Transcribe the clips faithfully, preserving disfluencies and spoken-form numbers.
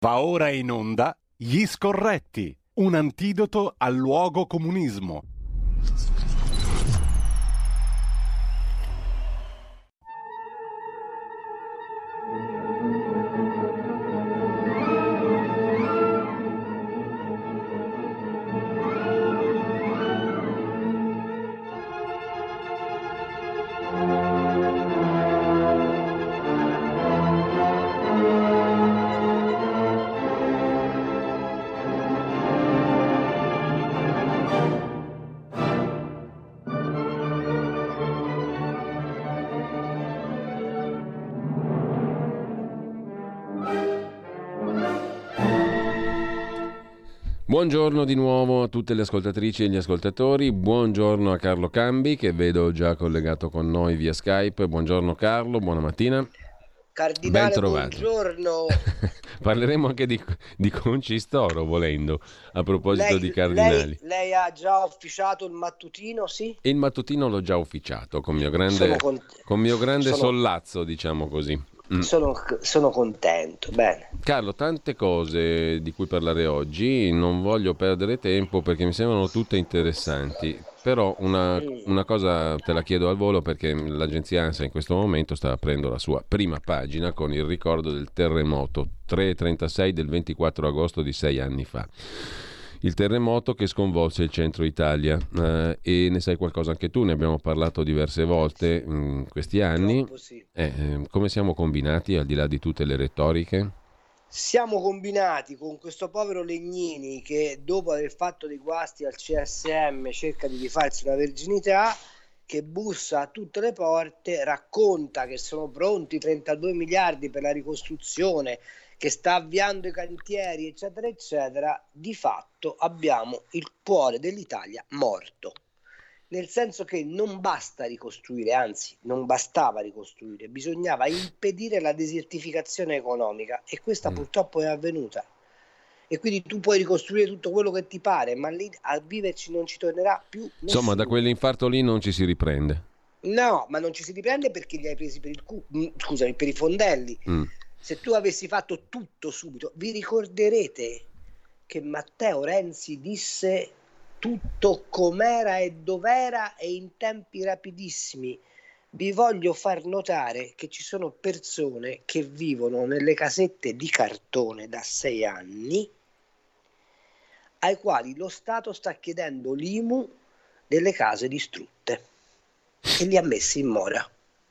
Va ora in onda Gli Scorretti, un antidoto al luogo comunismo. Buongiorno di nuovo a tutte le ascoltatrici e gli ascoltatori, buongiorno a Carlo Cambi che vedo già collegato con noi via Skype. Buongiorno Carlo, buona mattina. Cardinale, ben trovato. Buongiorno. Parleremo anche di, di Concistoro volendo, a proposito lei, di cardinali. Lei, lei ha già ufficiato il mattutino, sì? Il mattutino l'ho già ufficiato con mio grande, con... con mio grande sono... sollazzo, diciamo così. Mm. Sono, sono contento, bene. Carlo, tante cose di cui parlare oggi, non voglio perdere tempo perché mi sembrano tutte interessanti, però una, Mm. una cosa te la chiedo al volo perché l'agenzia ANSA in questo momento sta aprendo la sua prima pagina con il ricordo del terremoto tre e trentasei del ventiquattro agosto di sei anni fa. Il terremoto che sconvolse il centro Italia, eh, e ne sai qualcosa anche tu, ne abbiamo parlato diverse volte in questi anni. Troppo, sì. Eh, come siamo combinati al di là di tutte le retoriche? Siamo combinati con questo povero Legnini che dopo aver fatto dei guasti al C S M cerca di rifarsi una verginità, che bussa a tutte le porte, racconta che sono pronti trentadue miliardi per la ricostruzione, che sta avviando i cantieri, eccetera, eccetera. Di fatto abbiamo il cuore dell'Italia morto. Nel senso che non basta ricostruire, anzi non bastava ricostruire, bisognava impedire la desertificazione economica e questa Mm. purtroppo è avvenuta. E quindi tu puoi ricostruire tutto quello che ti pare, ma lì a viverci non ci tornerà più nessuno. Insomma, da quell'infarto lì non ci si riprende. No, ma non ci si riprende perché li hai presi per il cu- mm, scusami, per i fondelli. Mm. Se tu avessi fatto tutto subito, vi ricorderete che Matteo Renzi disse tutto com'era e dov'era e in tempi rapidissimi. Vi voglio far notare che ci sono persone che vivono nelle casette di cartone da sei anni, ai quali lo Stato sta chiedendo l'I M U delle case distrutte e li ha messi in mora.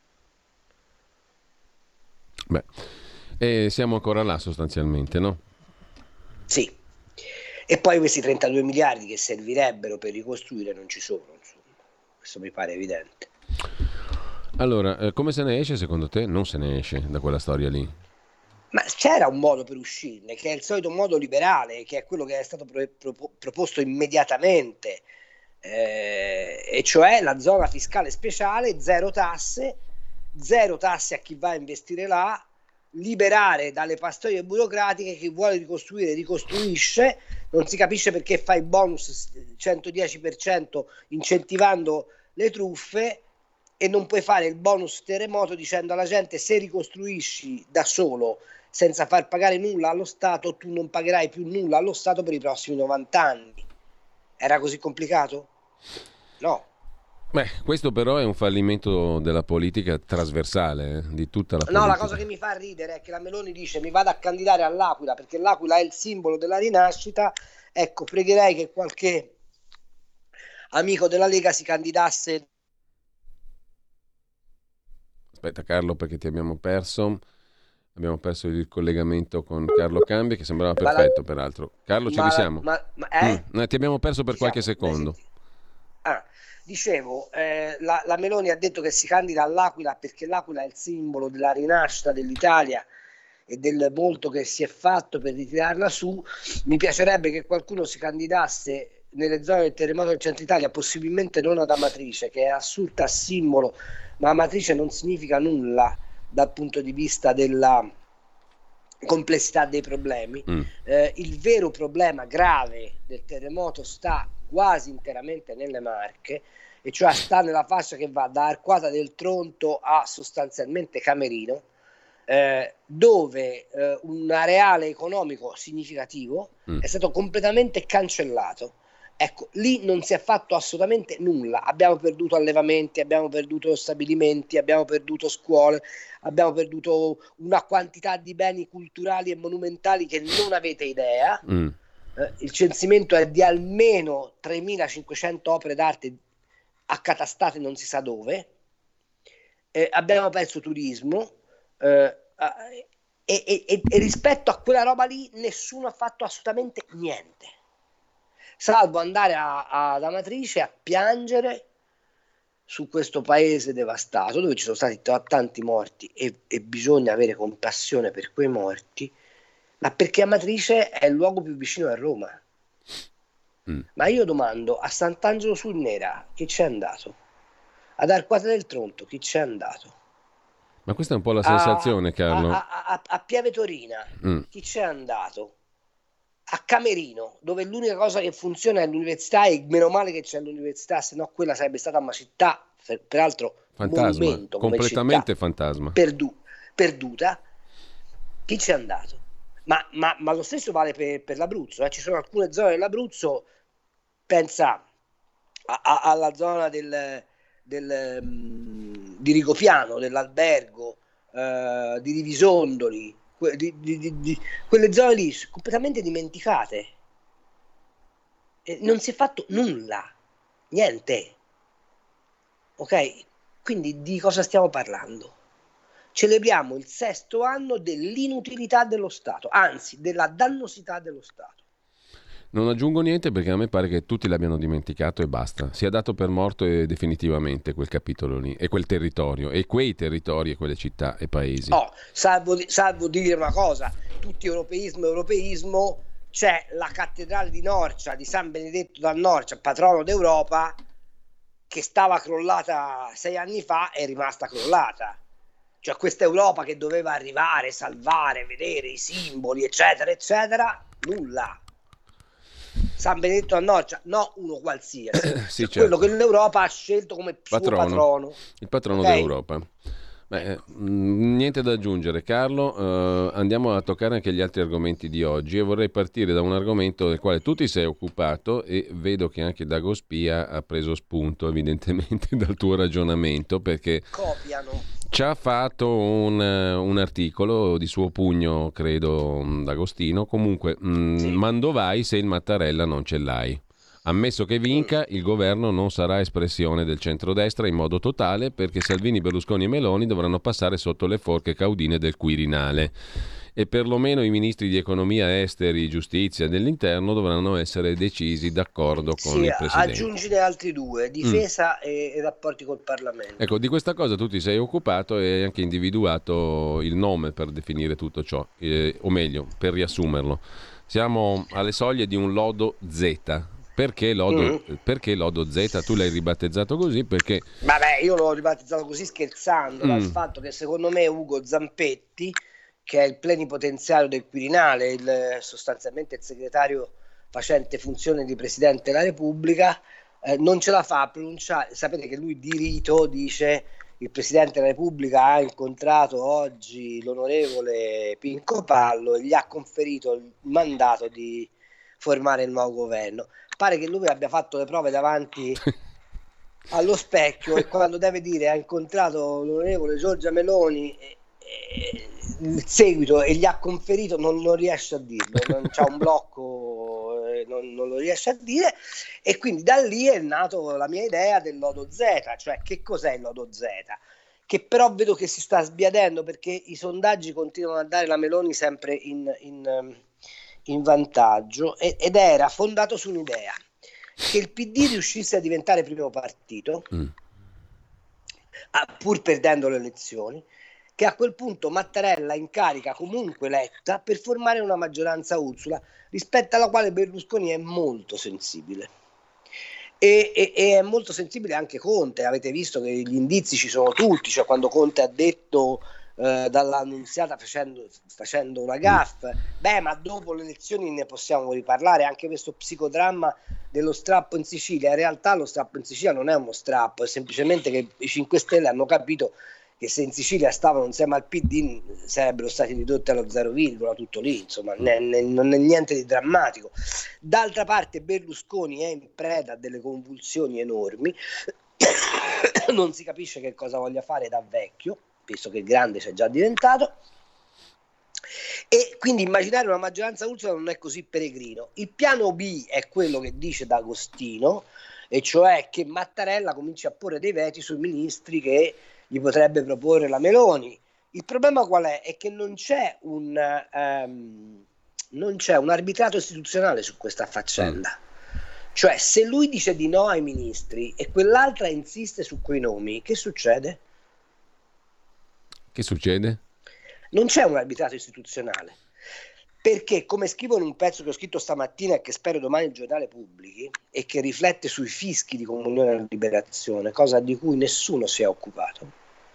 Beh, e siamo ancora là sostanzialmente, no? Sì. E poi questi trentadue miliardi che servirebbero per ricostruire non ci sono, insomma. Questo mi pare evidente. Allora, eh, come se ne esce secondo te? Non se ne esce da quella storia lì. Ma c'era un modo per uscirne, che è il solito modo liberale, che è quello che è stato pro- pro- proposto immediatamente, eh, e cioè la zona fiscale speciale, zero tasse, zero tasse a chi va a investire là, liberare dalle pastoie burocratiche, chi vuole ricostruire ricostruisce, non si capisce perché fa il bonus centodieci per cento incentivando le truffe e non puoi fare il bonus terremoto dicendo alla gente se ricostruisci da solo senza far pagare nulla allo Stato tu non pagherai più nulla allo Stato per i prossimi novanta anni. Era così complicato? No. Beh, questo però è un fallimento della politica trasversale, eh, di tutta la politica. No, la cosa che mi fa ridere è che la Meloni dice mi vado a candidare all'Aquila perché l'Aquila è il simbolo della rinascita. Ecco, pregherei che qualche amico della Lega si candidasse. Aspetta Carlo, perché ti abbiamo perso. Abbiamo perso il collegamento con Carlo Cambi, che sembrava Ma la- perfetto peraltro. Carlo, ci ma la- risiamo? ma- ma- eh? Mm, eh, ti abbiamo perso per Ci qualche siamo? Mi secondo. senti? Ah, dicevo, eh, la, la Meloni ha detto che si candida all'Aquila perché l'Aquila è il simbolo della rinascita dell'Italia e del molto che si è fatto per ritirarla su. Mi piacerebbe che qualcuno si candidasse nelle zone del terremoto del centro Italia, possibilmente non ad Amatrice, che è assurda a simbolo, ma Amatrice non significa nulla dal punto di vista della complessità dei problemi. Mm. Eh, il vero problema grave del terremoto sta quasi interamente nelle Marche, e cioè sta nella fascia che va da Arquata del Tronto a sostanzialmente Camerino, eh, dove eh, un areale economico significativo mm. è stato completamente cancellato. Ecco, lì non si è fatto assolutamente nulla, abbiamo perduto allevamenti, abbiamo perduto stabilimenti, abbiamo perduto scuole, abbiamo perduto una quantità di beni culturali e monumentali che non avete idea. Mm. Eh, il censimento è di almeno tremilacinquecento opere d'arte accatastate non si sa dove. Eh, abbiamo perso turismo eh, e, e, e rispetto a quella roba lì nessuno ha fatto assolutamente niente. Salvo andare a, a, ad Amatrice a piangere su questo paese devastato, dove ci sono stati t- tanti morti e, e bisogna avere compassione per quei morti, ma perché Amatrice è il luogo più vicino a Roma. Mm. Ma io domando, a Sant'Angelo sul Nera chi c'è andato? Ad Arquata del Tronto chi c'è andato? Ma questa è un po' la sensazione, a, Carlo. A, a, a, a Pieve Torina mm. chi c'è andato? A Camerino, dove l'unica cosa che funziona è l'università, e meno male che c'è l'università, se no quella sarebbe stata una città, peraltro fantasma, monumento, completamente fantasma, perdu- perduta. Chi c'è andato? Ma, ma, ma lo stesso vale per, per l'Abruzzo, eh? Ci sono alcune zone dell'Abruzzo, pensa a, a, alla zona del, del, um, di Rigopiano, dell'Albergo, uh, di Divisondoli, Di, di, di, di, quelle zone lì completamente dimenticate, e non si è fatto nulla, niente, ok? Quindi di cosa stiamo parlando? Celebriamo il sesto anno dell'inutilità dello Stato, anzi della dannosità dello Stato. Non aggiungo niente perché a me pare che tutti l'abbiano dimenticato e basta. Si è dato per morto e definitivamente quel capitolo lì e quel territorio e quei territori e quelle città e paesi. Oh, salvo, salvo dire una cosa, tutti europeismo europeismo, c'è la cattedrale di Norcia, di San Benedetto da Norcia, patrono d'Europa, che stava crollata sei anni fa, è rimasta crollata. Cioè questa Europa che doveva arrivare, salvare, vedere i simboli, eccetera, eccetera, nulla. San Benedetto a Norcia, no uno qualsiasi, sì, cioè certo. Quello che l'Europa ha scelto come patrono, suo patrono. Il patrono okay? dell'Europa. Beh, niente da aggiungere, Carlo. Uh, andiamo a toccare anche gli altri argomenti di oggi e vorrei partire da un argomento del quale tu ti sei occupato e vedo che anche Dago Spia ha preso spunto evidentemente dal tuo ragionamento, perché copiano. Ci ha fatto un, un articolo di suo pugno, credo, D'Agostino. Comunque, mh, sì. Mandovai se il Mattarella non ce l'hai. Ammesso che vinca, il governo non sarà espressione del centrodestra in modo totale, perché Salvini, Berlusconi e Meloni dovranno passare sotto le forche caudine del Quirinale. E perlomeno i ministri di economia, esteri, giustizia e dell'interno dovranno essere decisi d'accordo con sì, il Presidente. Aggiungine altri due, difesa mm. e, e rapporti col Parlamento. Ecco, di questa cosa tu ti sei occupato e hai anche individuato il nome per definire tutto ciò, eh, o meglio, per riassumerlo. Siamo alle soglie di un lodo Z. Perché lodo, mm. perché lodo Z? Tu l'hai ribattezzato così perché... Vabbè, io l'ho ribattezzato così scherzando, mm. dal fatto che secondo me Ugo Zampetti, che è il plenipotenziario del Quirinale, il, sostanzialmente il segretario facente funzione di Presidente della Repubblica, eh, non ce la fa a pronunciare. Sapete che lui di rito dice: il Presidente della Repubblica ha incontrato oggi l'onorevole Pinco Pallo e gli ha conferito il mandato di formare il nuovo governo. Pare che lui abbia fatto le prove davanti allo specchio e quando deve dire ha incontrato l'onorevole Giorgia Meloni e, e, il seguito e gli ha conferito, non, non riesce a dirlo, non c'ha un blocco, eh, non, non lo riesce a dire, e quindi da lì è nato la mia idea del lodo Z, cioè che cos'è il lodo Z, che però vedo che si sta sbiadendo perché i sondaggi continuano a dare la Meloni sempre in, in, in vantaggio, ed era fondato su un'idea: che il P D riuscisse a diventare primo partito, mm. pur perdendo le elezioni, che a quel punto Mattarella incarica comunque Letta per formare una maggioranza Ursula, rispetto alla quale Berlusconi è molto sensibile. E, e, e è molto sensibile anche Conte. Avete visto che gli indizi ci sono tutti, cioè quando Conte ha detto eh, dall'Annunziata facendo, facendo una gaffe, beh, ma dopo le elezioni ne possiamo riparlare. Anche questo psicodramma dello strappo in Sicilia, in realtà lo strappo in Sicilia non è uno strappo, è semplicemente che i cinque Stelle hanno capito che se in Sicilia stavano insieme al P D sarebbero stati ridotti allo zero virgola, tutto lì, insomma, ne, ne, non è niente di drammatico. D'altra parte Berlusconi è in preda a delle convulsioni enormi, non si capisce che cosa voglia fare da vecchio, visto che grande c'è già diventato, e quindi immaginare una maggioranza Ursula non è così peregrino. Il piano B è quello che dice D'Agostino, e cioè che Mattarella cominci a porre dei veti sui ministri che gli potrebbe proporre la Meloni. Il problema qual è? È che non c'è un um, non c'è un arbitrato istituzionale su questa faccenda. Mm. Cioè, se lui dice di no ai ministri e quell'altra insiste su quei nomi, che succede? Che succede? Non c'è un arbitrato istituzionale. Perché, come scrivo in un pezzo che ho scritto stamattina e che spero domani il giornale pubblichi, e che riflette sui fischi di Comunione e Liberazione, cosa di cui nessuno si è occupato.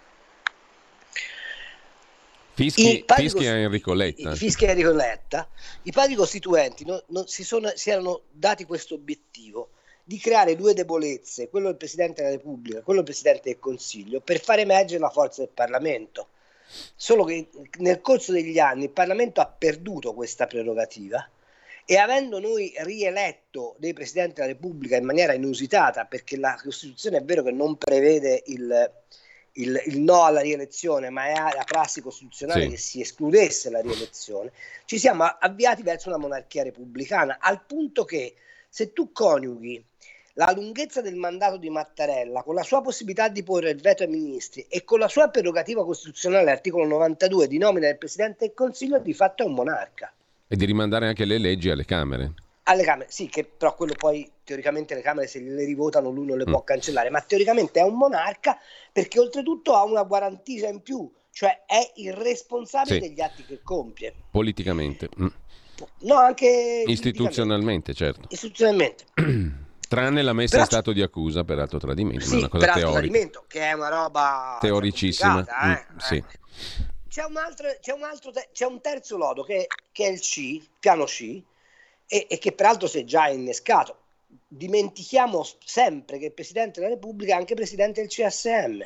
Fischi, fischi a Enrico Letta. I, fischi a Enrico Letta. I padri costituenti non, non si, sono, si erano dati questo obiettivo di creare due debolezze, quello del Presidente della Repubblica, quello del Presidente del Consiglio, per far emergere la forza del Parlamento. Solo che nel corso degli anni il Parlamento ha perduto questa prerogativa, e avendo noi rieletto dei Presidenti della Repubblica in maniera inusitata, perché la Costituzione è vero che non prevede il, il, il no alla rielezione, ma è la prassi costituzionale sì. che si escludesse la rielezione, ci siamo avviati verso una monarchia repubblicana, al punto che se tu coniughi la lunghezza del mandato di Mattarella con la sua possibilità di porre il veto ai ministri e con la sua prerogativa costituzionale, articolo novantadue, di nomina del Presidente del Consiglio, di fatto è un monarca. E di rimandare anche le leggi alle Camere. Alle Camere, sì, che però quello poi teoricamente le Camere se le rivotano lui non le mm. può cancellare, ma teoricamente è un monarca perché oltretutto ha una guarentigia in più, cioè è il responsabile sì. degli atti che compie. Politicamente. Mm. No, anche istituzionalmente, certo. Istituzionalmente. Tranne la messa però in stato di accusa per atto tradimento, sì, è una cosa per teorica. Atto tradimento, che è una roba teoricissima. Eh? Mm, sì. C'è un altro, c'è un altro, c'è un terzo lodo che, che è il C, piano C, e, e che peraltro si è già innescato. Dimentichiamo sempre che il Presidente della Repubblica è anche Presidente del C S M.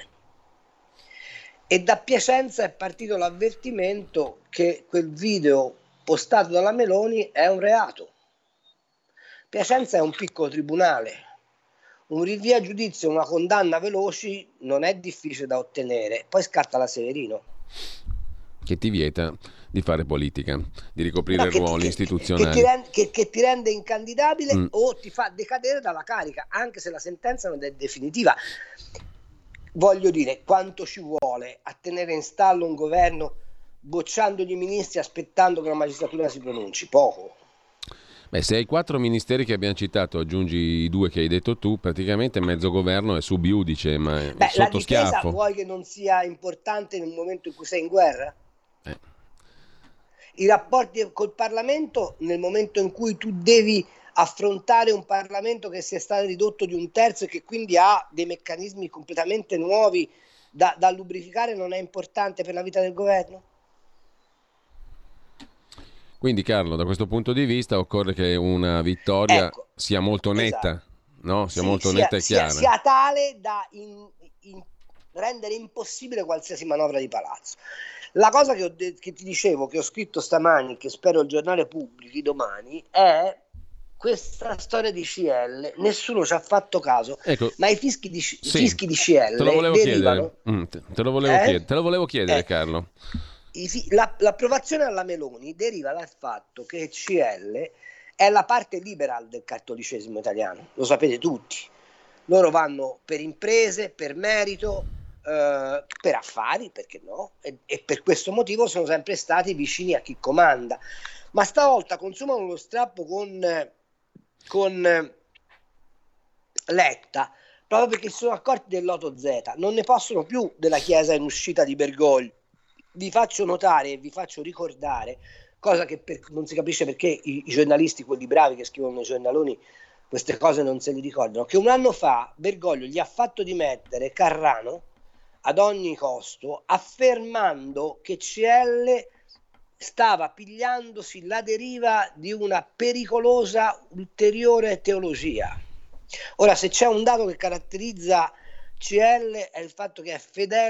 E da Piacenza è partito l'avvertimento che quel video postato dalla Meloni è un reato. Piacenza è un piccolo tribunale, un rinvio a giudizio, una condanna veloci non è difficile da ottenere, poi scatta la Severino. Che ti vieta di fare politica, di ricoprire no, ruoli che, istituzionali. Che ti, rende, che, che ti rende incandidabile mm. o ti fa decadere dalla carica, anche se la sentenza non è definitiva. Voglio dire, quanto ci vuole a tenere in stallo un governo bocciandogli i ministri aspettando che la magistratura si pronunci? Poco. Beh, se ai quattro ministeri che abbiamo citato aggiungi i due che hai detto tu, praticamente mezzo governo è sub iudice, ma è Beh, sotto la difesa schiaffo. Vuoi che non sia importante nel momento in cui sei in guerra? Eh. I rapporti col Parlamento nel momento in cui tu devi affrontare un Parlamento che sia stato ridotto di un terzo e che quindi ha dei meccanismi completamente nuovi da, da lubrificare, non è importante per la vita del governo? Quindi Carlo, da questo punto di vista occorre che una vittoria ecco, sia molto netta, esatto. no? Sia sì, molto sia, netta e chiara. Sia, sia tale da in, in rendere impossibile qualsiasi manovra di palazzo. La cosa che, ho de- che ti dicevo, che ho scritto stamani, che spero il giornale pubblichi domani, è questa storia di C L. Nessuno ci ha fatto caso, ecco, ma i fischi di, C- sì, i fischi di C L te lo volevo derivano... chiedere, mm, te, te lo volevo eh? chiedere, te lo volevo chiedere eh. Carlo. La, l'approvazione alla Meloni deriva dal fatto che C L è la parte liberal del cattolicesimo italiano, lo sapete tutti. Loro vanno per imprese, per merito, eh, per affari, perché no? E, e per questo motivo sono sempre stati vicini a chi comanda. Ma stavolta consumano lo strappo con, con Letta, proprio perché si sono accorti del loto Z. Non ne possono più della Chiesa in uscita di Bergoglio. Vi faccio notare e vi faccio ricordare, cosa che per, non si capisce perché i, i giornalisti, quelli bravi che scrivono i giornaloni, queste cose non se li ricordano, che un anno fa Bergoglio gli ha fatto dimettere Carrano ad ogni costo, affermando che C L stava pigliandosi la deriva di una pericolosa ulteriore teologia. Ora, se c'è un dato che caratterizza C L è il fatto che è fedele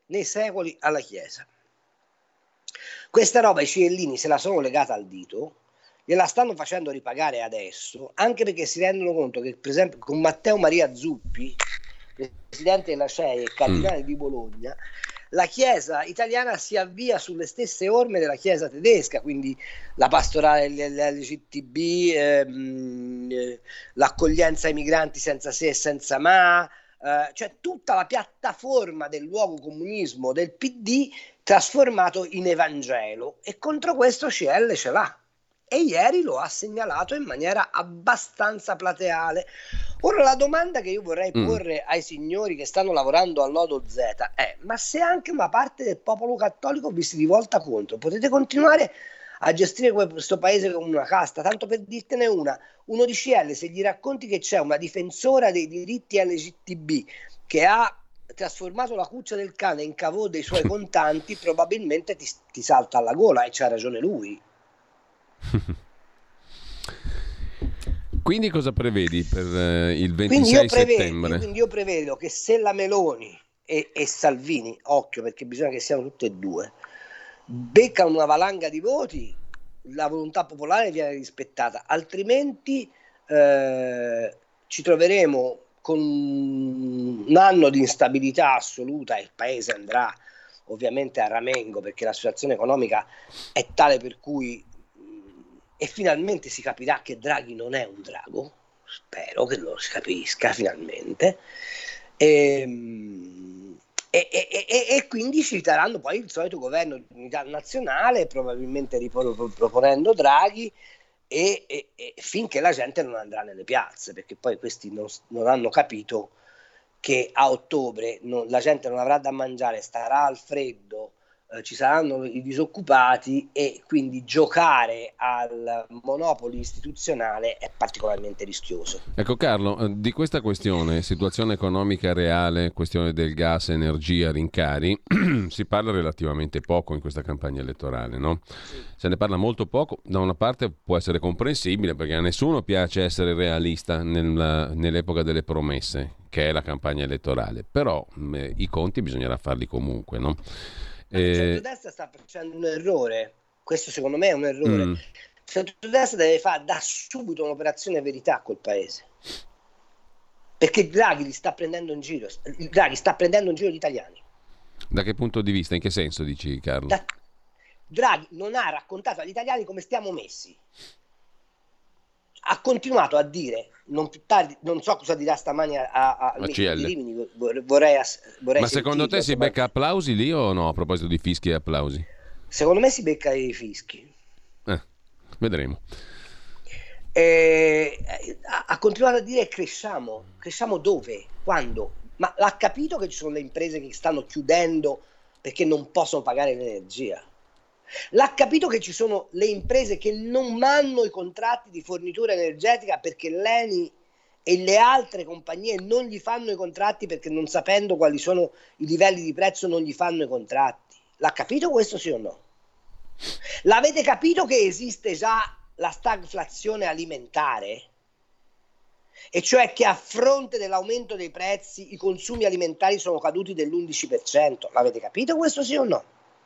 nei secoli alla Chiesa. Questa roba i ciellini se la sono legata al dito, gliela stanno facendo ripagare adesso, anche perché si rendono conto che, per esempio, con Matteo Maria Zuppi, presidente della C E I e cardinale mm. di Bologna, la Chiesa italiana si avvia sulle stesse orme della Chiesa tedesca, quindi la pastorale L G B T, ehm, l'accoglienza ai migranti senza se e senza ma, eh, cioè tutta la piattaforma del luogo comunismo del P D trasformato in Evangelo, e contro questo C L ce l'ha. E ieri lo ha segnalato in maniera abbastanza plateale. Ora la domanda che io vorrei mm. porre ai signori che stanno lavorando all'Odo Z è: ma se anche una parte del popolo cattolico vi si rivolta contro, potete continuare a gestire questo paese come una casta? Tanto per dirtene una, uno di C L, se gli racconti che c'è una difensora dei diritti L G B T che ha trasformato la cuccia del cane in cavò dei suoi contanti, probabilmente ti, ti salta alla gola, e c'ha ragione lui. Quindi cosa prevedi per eh, il ventisei quindi io prevedo, settembre? Quindi io prevedo che se la Meloni e, e Salvini, occhio perché bisogna che siano tutte e due, beccano una valanga di voti, la volontà popolare viene rispettata, altrimenti eh, ci troveremo con un anno di instabilità assoluta e il paese andrà ovviamente a ramengo, perché la situazione economica è tale per cui, e finalmente si capirà che Draghi non è un drago, spero che lo si capisca finalmente, e, e, e, e, e quindi ci daranno poi il solito governo di unità nazionale, probabilmente riproponendo Draghi, e, e, e finché la gente non andrà nelle piazze, perché poi questi non, non hanno capito che a ottobre non, la gente non avrà da mangiare, starà al freddo, eh, ci saranno i disoccupati, e quindi giocare al monopolo istituzionale è particolarmente rischioso. Ecco Carlo, di questa questione, situazione economica reale, questione del gas, energia, rincari, si parla relativamente poco in questa campagna elettorale, no? Sì. Se ne parla molto poco. Da una parte può essere comprensibile, perché a nessuno piace essere realista nella, nell'epoca delle promesse, che è la campagna elettorale, però mh, i conti bisognerà farli comunque, no? Il centrodestra sta facendo un errore, questo secondo me è un errore. Mm. Il centrodestra deve fare da subito un'operazione verità col paese, perché Draghi li sta prendendo in giro, Draghi sta prendendo in giro gli italiani. Da che punto di vista? In che senso dici, Carlo? Da... Draghi non ha raccontato agli italiani come stiamo messi, ha continuato a dire, non più tardi, non so cosa dirà stamani a, a, a, a C L. Rimini, vorrei, vorrei ma secondo te si becca applausi lì o no, a proposito di fischi e applausi? Secondo me si becca i fischi, eh, vedremo. Eh, ha, ha continuato a dire cresciamo, cresciamo dove? Quando? Ma l'ha capito che ci sono le imprese che stanno chiudendo perché non possono pagare l'energia? L'ha capito che ci sono le imprese che non hanno i contratti di fornitura energetica perché l'E N I e le altre compagnie non gli fanno i contratti, perché non sapendo quali sono i livelli di prezzo non gli fanno i contratti? L'ha capito questo, sì o no? L'avete capito che esiste già la stagflazione alimentare? E cioè che a fronte dell'aumento dei prezzi i consumi alimentari sono caduti dell'undici per cento. L'avete capito questo, sì o no?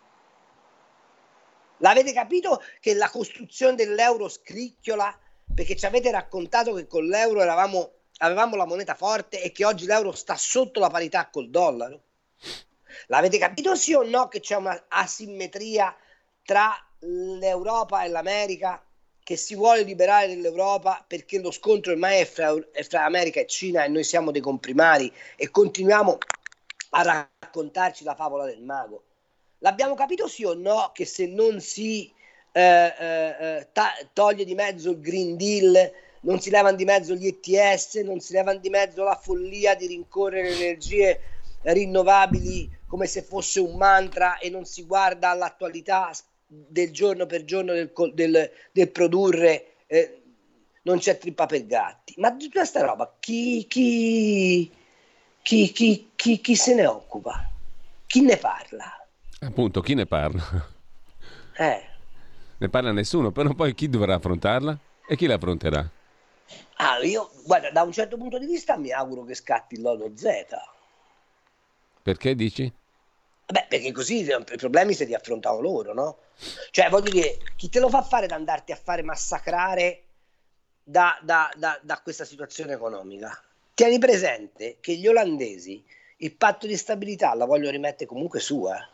L'avete capito che la costruzione dell'euro scricchiola perché ci avete raccontato che con l'euro eravamo, avevamo la moneta forte e che oggi l'euro sta sotto la parità col dollaro? L'avete capito, sì o no, che c'è una asimmetria tra l'Europa e l'America, che si vuole liberare dell'Europa perché lo scontro ormai è fra, è fra America e Cina e noi siamo dei comprimari e continuiamo a raccontarci la favola del mago? L'abbiamo capito, sì o no, che se non si eh, eh, ta- toglie di mezzo il Green Deal, non si levano di mezzo gli E T S, non si levano di mezzo la follia di rincorrere le energie rinnovabili come se fosse un mantra e non si guarda all'attualità del giorno per giorno del, del, del produrre, eh, non c'è trippa per gatti? Ma di questa roba chi, chi, chi, chi, chi, chi se ne occupa? Chi ne parla? Appunto, chi ne parla? Eh. Ne parla nessuno, però poi chi dovrà affrontarla? E chi la affronterà? Ah, io, guarda, da un certo punto di vista mi auguro che scatti il lodo Z. Perché dici? Beh, perché così i problemi se li affrontano loro, no? Cioè, voglio dire, chi te lo fa fare ad andarti a fare massacrare da, da, da, da questa situazione economica? Tieni presente che gli olandesi il patto di stabilità la vogliono rimettere comunque su, eh.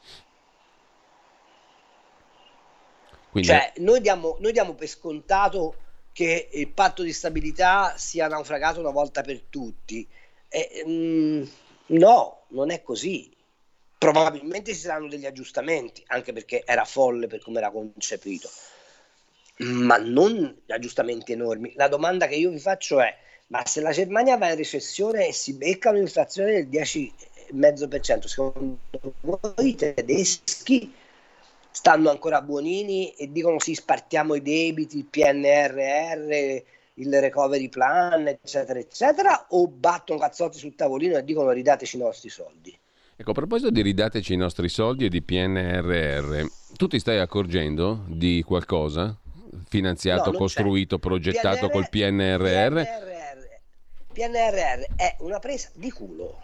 Quindi... Cioè, noi diamo, noi diamo per scontato che il patto di stabilità sia naufragato una volta per tutti. E, mm, no, non è così. Probabilmente ci saranno degli aggiustamenti, anche perché era folle per come era concepito, ma non aggiustamenti enormi. La domanda che io vi faccio è: ma se la Germania va in recessione e si becca un'inflazione del dieci virgola cinque per cento, secondo voi i tedeschi stanno ancora buonini e dicono sì, spartiamo i debiti, il P N R R, il recovery plan, eccetera, eccetera, o battono cazzotti sul tavolino e dicono ridateci i nostri soldi? Ecco, a proposito di ridateci i nostri soldi e di P N R R, tu ti stai accorgendo di qualcosa finanziato, no, costruito, c'è. progettato P N R, col P N R R? P N R R? P N R R è una presa di culo.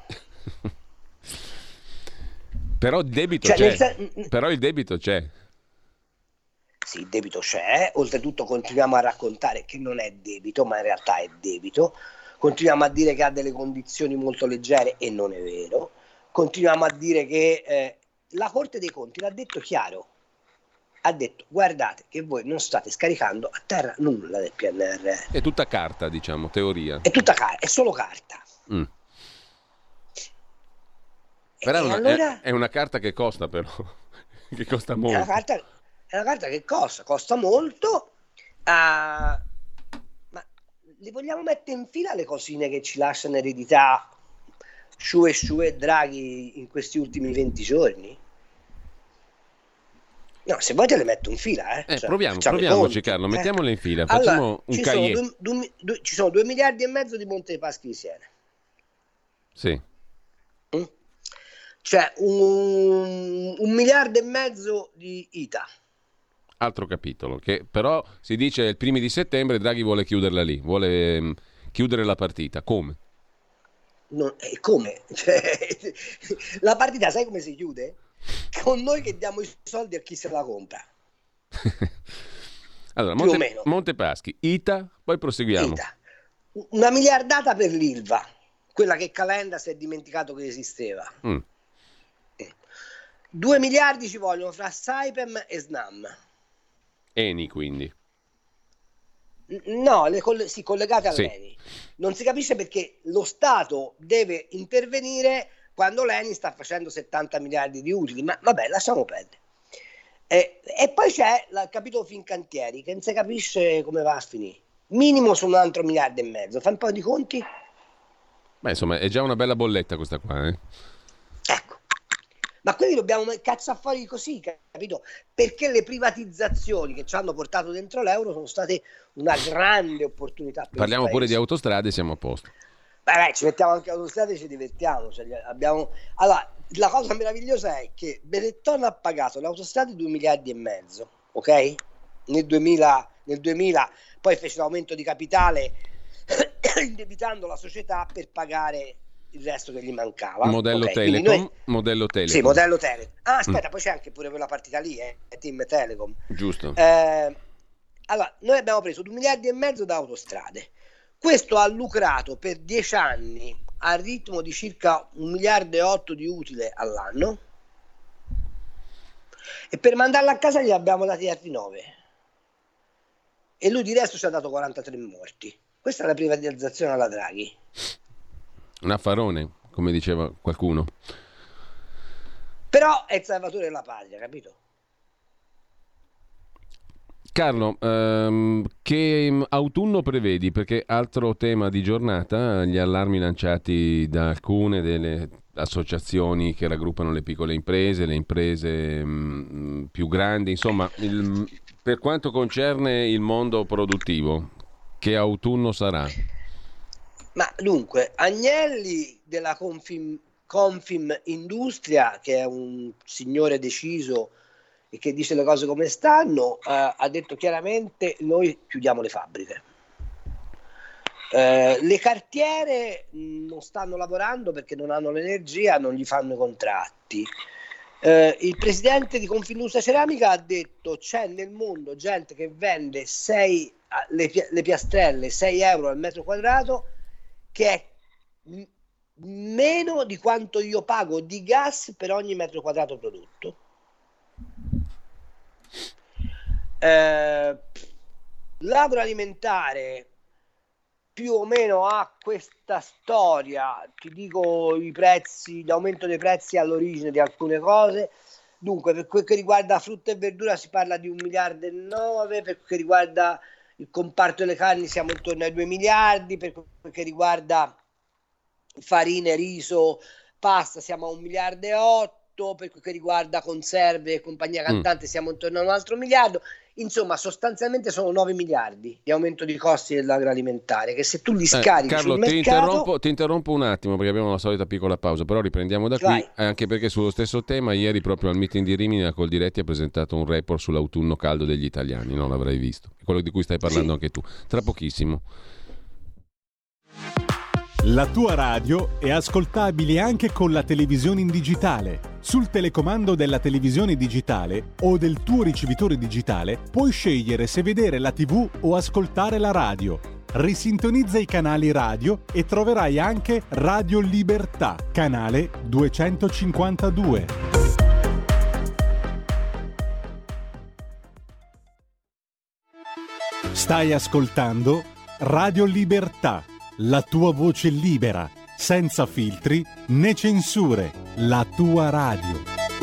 Però il debito cioè, c'è. Sen- Però il debito c'è. Sì, il debito c'è. Oltretutto continuiamo a raccontare che non è debito, ma in realtà è debito. Continuiamo a dire che ha delle condizioni molto leggere e non è vero. Continuiamo a dire che eh, la Corte dei Conti l'ha detto chiaro. Ha detto: guardate che voi non state scaricando a terra nulla del P N R R. È tutta carta, diciamo, teoria. È tutta carta, è solo carta. Mm. Però è una, allora, è, è una carta che costa, però, che costa molto. È una carta, è una carta che costa, costa molto, uh, ma le vogliamo mettere in fila le cosine che ci lasciano in eredità Sciù e Sciù e Draghi in questi ultimi venti giorni? No, se vuoi te le metto in fila, eh. eh cioè, proviamo, proviamoci, Carlo, eh. mettiamole in fila, facciamo allora, un ci cahier. Sono due, due, due, ci sono due miliardi e mezzo di Monte dei Paschi di Siena. Sì. Mm? Cioè un, un miliardo e mezzo di I T A. Altro capitolo, che però si dice il primi di settembre Draghi vuole chiuderla lì, vuole um, chiudere la partita. Come? Non, eh, come? Cioè, la partita sai come si chiude? Con noi che diamo i soldi a chi se la compra. Allora, Monte, Montepaschi, I T A, poi proseguiamo. I T A. Una miliardata per l'Ilva, quella che Calenda si è dimenticato che esisteva. Mm. Due miliardi ci vogliono fra Saipem e Snam. Eni, quindi. No, le coll- sì, collegate all'Eni. Sì. Non si capisce perché lo Stato deve intervenire quando l'Eni sta facendo settanta miliardi di utili, ma vabbè, lasciamo perdere. E, e poi c'è il capitolo Fincantieri, che non si capisce come va a finire. Minimo su un altro miliardo e mezzo. Fai un po' di conti? Beh, insomma, è già una bella bolletta questa qua, eh? Ecco. Ma quindi dobbiamo cacciare fuori così, capito? Perché le privatizzazioni che ci hanno portato dentro l'euro sono state una grande opportunità per Parliamo pure di autostrade, siamo a posto. Beh, beh, ci mettiamo anche autostrade e ci divertiamo. Cioè, abbiamo... Allora, la cosa meravigliosa è che Benetton ha pagato le autostrade due miliardi e mezzo, ok? Nel duemila, nel duemila poi fece l'aumento di capitale indebitando la società per pagare il resto che gli mancava. Modello okay, Telecom, noi... modello Telecom. Sì, modello Telecom. Ah, aspetta, mm. poi c'è anche pure quella partita lì, eh, Team Telecom. Giusto. Eh, allora, noi abbiamo preso due miliardi e mezzo da autostrade. Questo ha lucrato per dieci anni al ritmo di circa un miliardo e otto di utile all'anno, e per mandarla a casa gli abbiamo dati altri nove, e lui di resto ci ha dato quarantatré morti. Questa è la privatizzazione alla Draghi. Un affarone, come diceva qualcuno. Però è il salvatore della patria, capito? Carlo, ehm, che autunno prevedi? Perché altro tema di giornata, gli allarmi lanciati da alcune delle associazioni che raggruppano le piccole imprese, le imprese mh, più grandi, insomma, il, per quanto concerne il mondo produttivo, che autunno sarà? Ma dunque, Agnelli della Confim, Confim Industria, che è un signore deciso e che dice le cose come stanno, eh, ha detto chiaramente: noi chiudiamo le fabbriche. Eh, le cartiere non stanno lavorando perché non hanno l'energia, non gli fanno i contratti. Eh, il presidente di Confindustria Ceramica ha detto: c'è nel mondo gente che vende sei, le, le piastrelle sei euro al metro quadrato, che è m- meno di quanto io pago di gas per ogni metro quadrato prodotto. Eh, l'agroalimentare più o meno ha questa storia, ti dico i prezzi, l'aumento dei prezzi all'origine di alcune cose. Dunque, per quel che riguarda frutta e verdura si parla di un miliardo e nove, per quel che riguarda il comparto delle carni siamo intorno ai due miliardi, per quel che riguarda farine, riso, pasta siamo a un miliardo e otto, per quel che riguarda conserve e compagnia cantante mm. siamo intorno a un altro miliardo. Insomma, sostanzialmente sono nove miliardi di aumento di costi dell'agroalimentare, che se tu li scarichi eh, Carlo, sul ti mercato... interrompo, ti interrompo un attimo perché abbiamo la solita piccola pausa, però riprendiamo da Vai. qui, anche perché sullo stesso tema ieri proprio al meeting di Rimini la Coldiretti ha presentato un report sull'autunno caldo degli italiani, non l'avrai visto, quello di cui stai parlando sì. anche tu, tra pochissimo. La tua radio è ascoltabile anche con la televisione in digitale. Sul telecomando della televisione digitale o del tuo ricevitore digitale puoi scegliere se vedere la tivù o ascoltare la radio. Risintonizza i canali radio e troverai anche Radio Libertà, canale duecentocinquantadue. Stai ascoltando Radio Libertà, la tua voce libera, senza filtri né censure, la tua radio.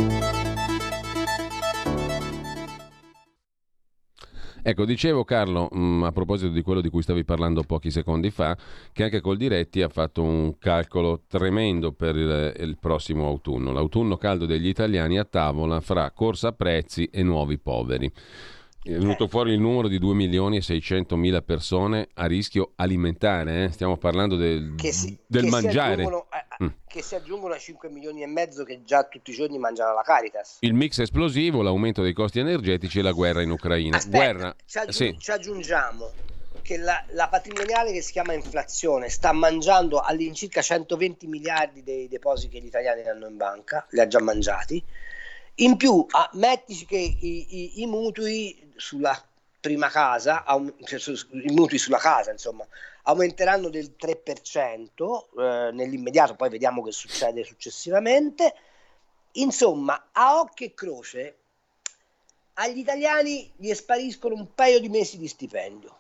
Ecco, dicevo Carlo, mh, a proposito di quello di cui stavi parlando pochi secondi fa, che anche Coldiretti ha fatto un calcolo tremendo per il, il prossimo autunno, l'autunno caldo degli italiani a tavola fra corsa a prezzi e nuovi poveri. È venuto fuori il numero di due milioni e seicentomila persone a rischio alimentare, eh? Stiamo parlando del, che si, del che mangiare. Si eh, mm. Che si aggiungono ai cinque milioni e mezzo che già tutti i giorni mangiano alla Caritas. Il mix esplosivo, l'aumento dei costi energetici e la guerra in Ucraina. Aspetta, guerra, ci, aggiung- sì. ci aggiungiamo che la, la patrimoniale che si chiama inflazione sta mangiando all'incirca centoventi miliardi dei depositi che gli italiani hanno in banca, li ha già mangiati. In più, ah, mettici che i, i, i mutui sulla prima casa, cioè su, i mutui sulla casa, insomma, aumenteranno del tre per cento eh, nell'immediato, poi vediamo che succede successivamente. Insomma, a occhio e croce, agli italiani gli spariscono un paio di mesi di stipendio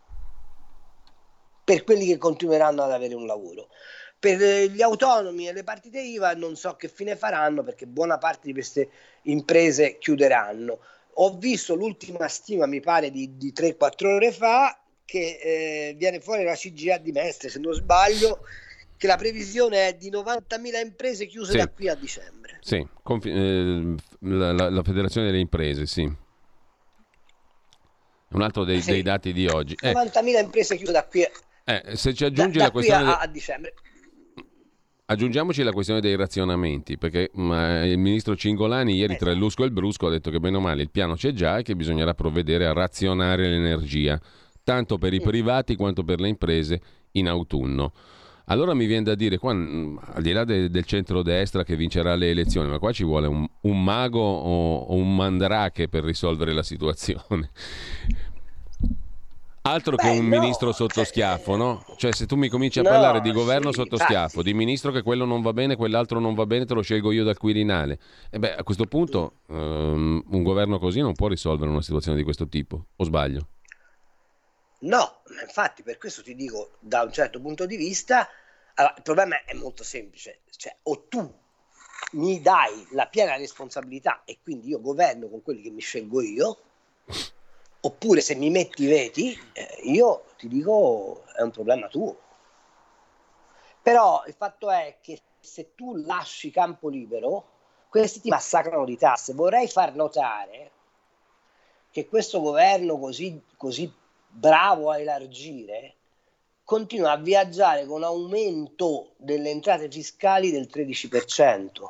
per quelli che continueranno ad avere un lavoro. Per gli autonomi e le partite I V A non so che fine faranno, perché buona parte di queste imprese chiuderanno. Ho visto l'ultima stima, mi pare di, di tre quattro ore fa, che eh, viene fuori la C G I A di Mestre, se non sbaglio, che la previsione è di novantamila imprese chiuse sì. da qui a dicembre. Sì, confi- eh, la, la, la Federazione delle Imprese, sì. Un altro dei, sì. dei dati di oggi. novantamila eh. imprese chiuse da qui a, eh, se ci aggiungi da, la da questione qui a, de- a dicembre. Aggiungiamoci la questione dei razionamenti, perché mh, il ministro Cingolani ieri tra il lusco e il brusco ha detto che bene o male il piano c'è già e che bisognerà provvedere a razionare l'energia, tanto per i privati quanto per le imprese in autunno. Allora mi viene da dire, qua, mh, al di là de- del centrodestra che vincerà le elezioni, ma qua ci vuole un, un mago o, o un mandrake per risolvere la situazione. Altro Beh, che un no. ministro sotto schiaffo, no? Cioè se tu mi cominci a no, parlare di governo sì, sotto schiaffo, di ministro che quello non va bene, quell'altro non va bene, te lo scelgo io dal Quirinale. E beh, a questo punto um, un governo così non può risolvere una situazione di questo tipo, o sbaglio? No, infatti per questo ti dico, da un certo punto di vista, allora, il problema è molto semplice, cioè o tu mi dai la piena responsabilità e quindi io governo con quelli che mi scelgo io, oppure se mi metti i veti, eh, io ti dico è un problema tuo. Però il fatto è che se tu lasci campo libero, questi ti massacrano di tasse. Vorrei far notare che questo governo così, così bravo a elargire continua a viaggiare con aumento delle entrate fiscali del tredici per cento.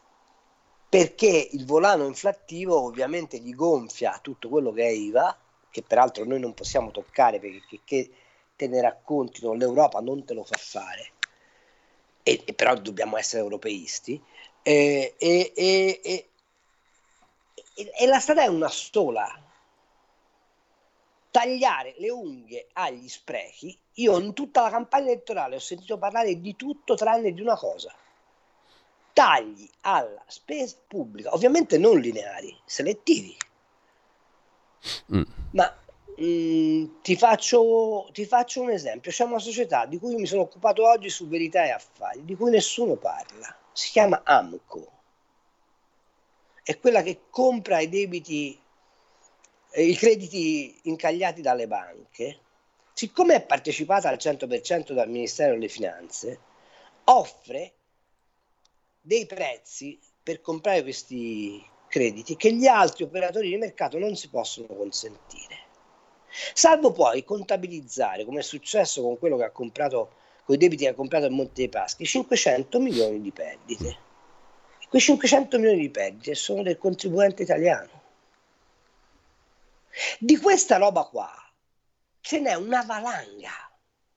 Perché il volano inflattivo ovviamente gli gonfia tutto quello che è I V A, che peraltro noi non possiamo toccare perché che, che te ne raccontino l'Europa non te lo fa fare, e, e però dobbiamo essere europeisti, e, e, e, e, e, e la strada è una sola: tagliare le unghie agli sprechi. Io in tutta la campagna elettorale ho sentito parlare di tutto tranne di una cosa: tagli alla spesa pubblica, ovviamente non lineari, selettivi. Mm. Ma mh, ti, faccio, ti faccio un esempio. C'è una società di cui mi sono occupato oggi su Verità e Affari, di cui nessuno parla, si chiama Amco, è quella che compra i debiti, i crediti incagliati dalle banche. Siccome è partecipata al cento per cento dal Ministero delle Finanze, offre dei prezzi per comprare questi crediti che gli altri operatori di mercato non si possono consentire, salvo poi contabilizzare, come è successo con quello che ha comprato, con i debiti che ha comprato a Monte dei Paschi, cinquecento milioni di perdite. E quei cinquecento milioni di perdite sono del contribuente italiano. Di questa roba qua ce n'è una valanga.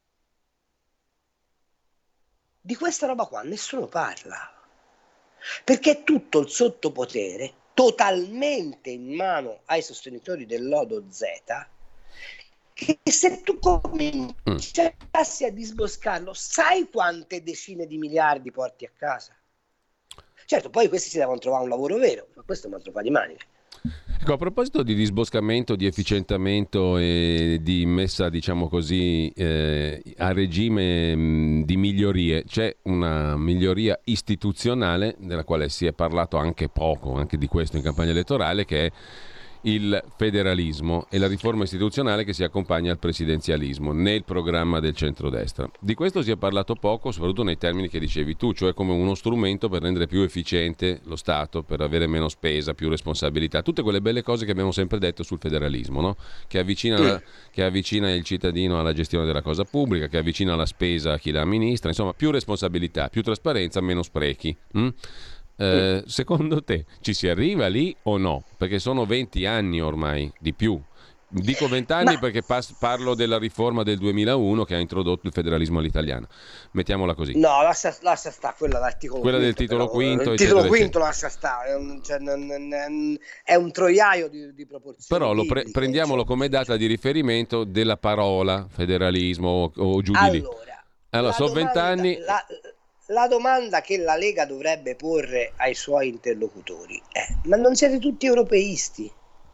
Di questa roba qua nessuno parla, perché è tutto il sottopotere totalmente in mano ai sostenitori del lodo Z, che se tu cominciassi a disboscarlo, sai quante decine di miliardi porti a casa? Certo, poi questi si devono trovare un lavoro vero, ma questo è un altro paio di maniche. Ecco, a proposito di disboscamento, di efficientamento e di messa, diciamo così, eh, a regime mh, di migliorie, c'è una miglioria istituzionale della quale si è parlato anche poco, anche di questo in campagna elettorale, che è il federalismo e la riforma istituzionale che si accompagna al presidenzialismo nel programma del centrodestra. Di questo si è parlato poco, soprattutto nei termini che dicevi tu, cioè come uno strumento per rendere più efficiente lo Stato, per avere meno spesa, più responsabilità, tutte quelle belle cose che abbiamo sempre detto sul federalismo, no? Che avvicina, la, che avvicina il cittadino alla gestione della cosa pubblica, che avvicina la spesa a chi la amministra, insomma più responsabilità, più trasparenza, meno sprechi. hm? Eh, secondo te ci si arriva lì o no? Perché sono venti anni ormai, di più. Dico venti anni Ma... perché pas- parlo della riforma del duemilauno che ha introdotto il federalismo all'italiana. Mettiamola così. No, lascia, lascia stare quella dell'articolo quella quinto, del titolo però, quinto. Il titolo quinto lascia stare, è un, cioè, è un troiaio di, di proporzioni. Però lo pre- bibliche, prendiamolo cioè, come data di riferimento della parola federalismo o, o giù di lì. Allora, allora sono vent'anni. La, la domanda che la Lega dovrebbe porre ai suoi interlocutori è: ma non siete tutti europeisti?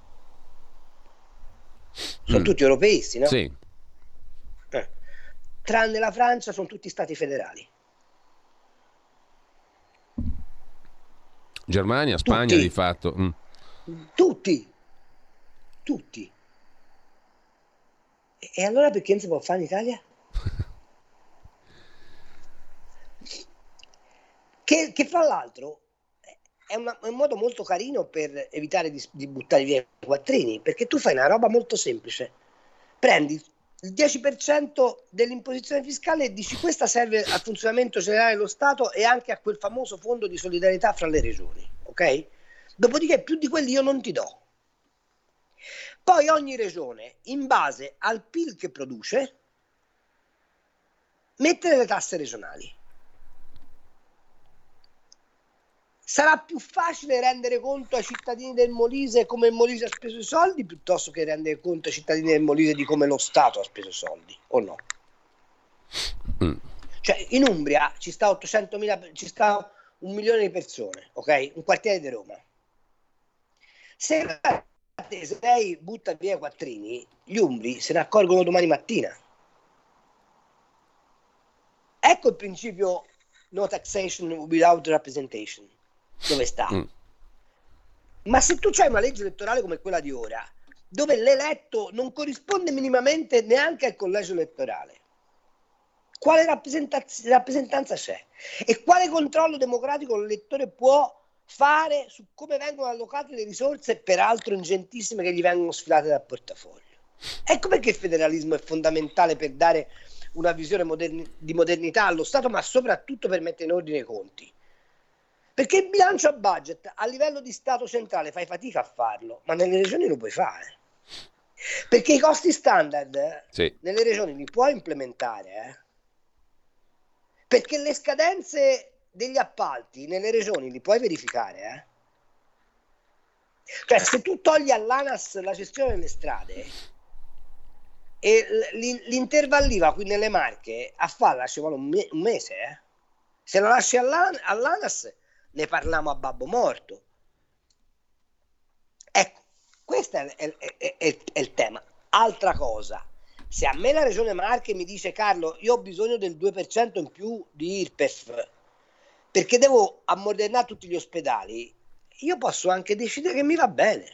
Sono mm. tutti europeisti, no? Sì. Eh. Tranne la Francia sono tutti stati federali. Germania, Spagna tutti. di fatto. Mm. Tutti. Tutti. E, e allora perché non si può fare in Italia? Che, che fra l'altro è, una, è un modo molto carino per evitare di, di buttare via i quattrini, perché tu fai una roba molto semplice: prendi il dieci per cento dell'imposizione fiscale e dici questa serve al funzionamento generale dello Stato e anche a quel famoso fondo di solidarietà fra le regioni, ok? Dopodiché più di quelli io non ti do. Poi ogni regione, in base al P I L che produce, mette le tasse regionali. Sarà più facile rendere conto ai cittadini del Molise come il Molise ha speso i soldi piuttosto che rendere conto ai cittadini del Molise di come lo Stato ha speso i soldi, o no? Mm. Cioè in Umbria ci sta ottocentomila, ci sta un milione di persone, ok? Un quartiere di Roma. Se, se lei butta via i quattrini, gli umbri se ne accorgono domani mattina. Ecco il principio no taxation without representation. Dove sta? Mm. Ma se tu c'hai una legge elettorale come quella di ora, dove l'eletto non corrisponde minimamente neanche al collegio elettorale, quale rappresentanza, rappresentanza c'è? E quale controllo democratico l'elettore può fare su come vengono allocate le risorse, peraltro ingentissime, che gli vengono sfilate dal portafoglio? Ecco perché il federalismo è fondamentale per dare una visione moderni, di modernità allo Stato, ma soprattutto per mettere in ordine i conti. Perché il bilancio a budget a livello di Stato centrale fai fatica a farlo, ma nelle regioni lo puoi fare. Perché i costi standard sì. nelle regioni li puoi implementare, eh? Perché le scadenze degli appalti nelle regioni li puoi verificare, eh? Cioè, se tu togli all'ANAS la gestione delle strade e l'intervalliva qui nelle Marche a farla ci vuole un, me- un mese, eh? Se la lasci all'An- all'ANAS ne parliamo a babbo morto. Ecco, questo è, è, è, è, è il tema. Altra cosa, se a me la regione Marche mi dice: Carlo, io ho bisogno del due per cento in più di I R P E F perché devo ammodernare tutti gli ospedali, io posso anche decidere che mi va bene.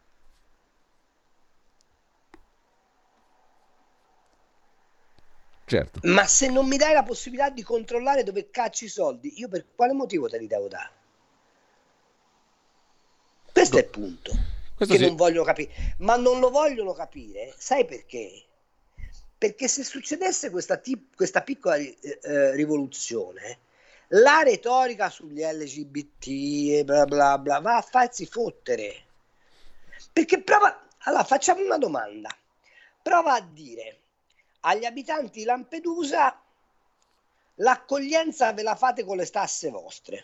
Certo. Ma se non mi dai la possibilità di controllare dove cacci i soldi, io per quale motivo te li devo dare? Questo no. è il punto Questo che sì. non vogliono capire. Ma non lo vogliono capire, sai perché? Perché se succedesse questa, tip- questa piccola eh, rivoluzione, la retorica sugli L G B T e bla bla bla va a farsi fottere. Perché prova, allora facciamo una domanda, prova a dire agli abitanti di Lampedusa: l'accoglienza ve la fate con le tasse vostre.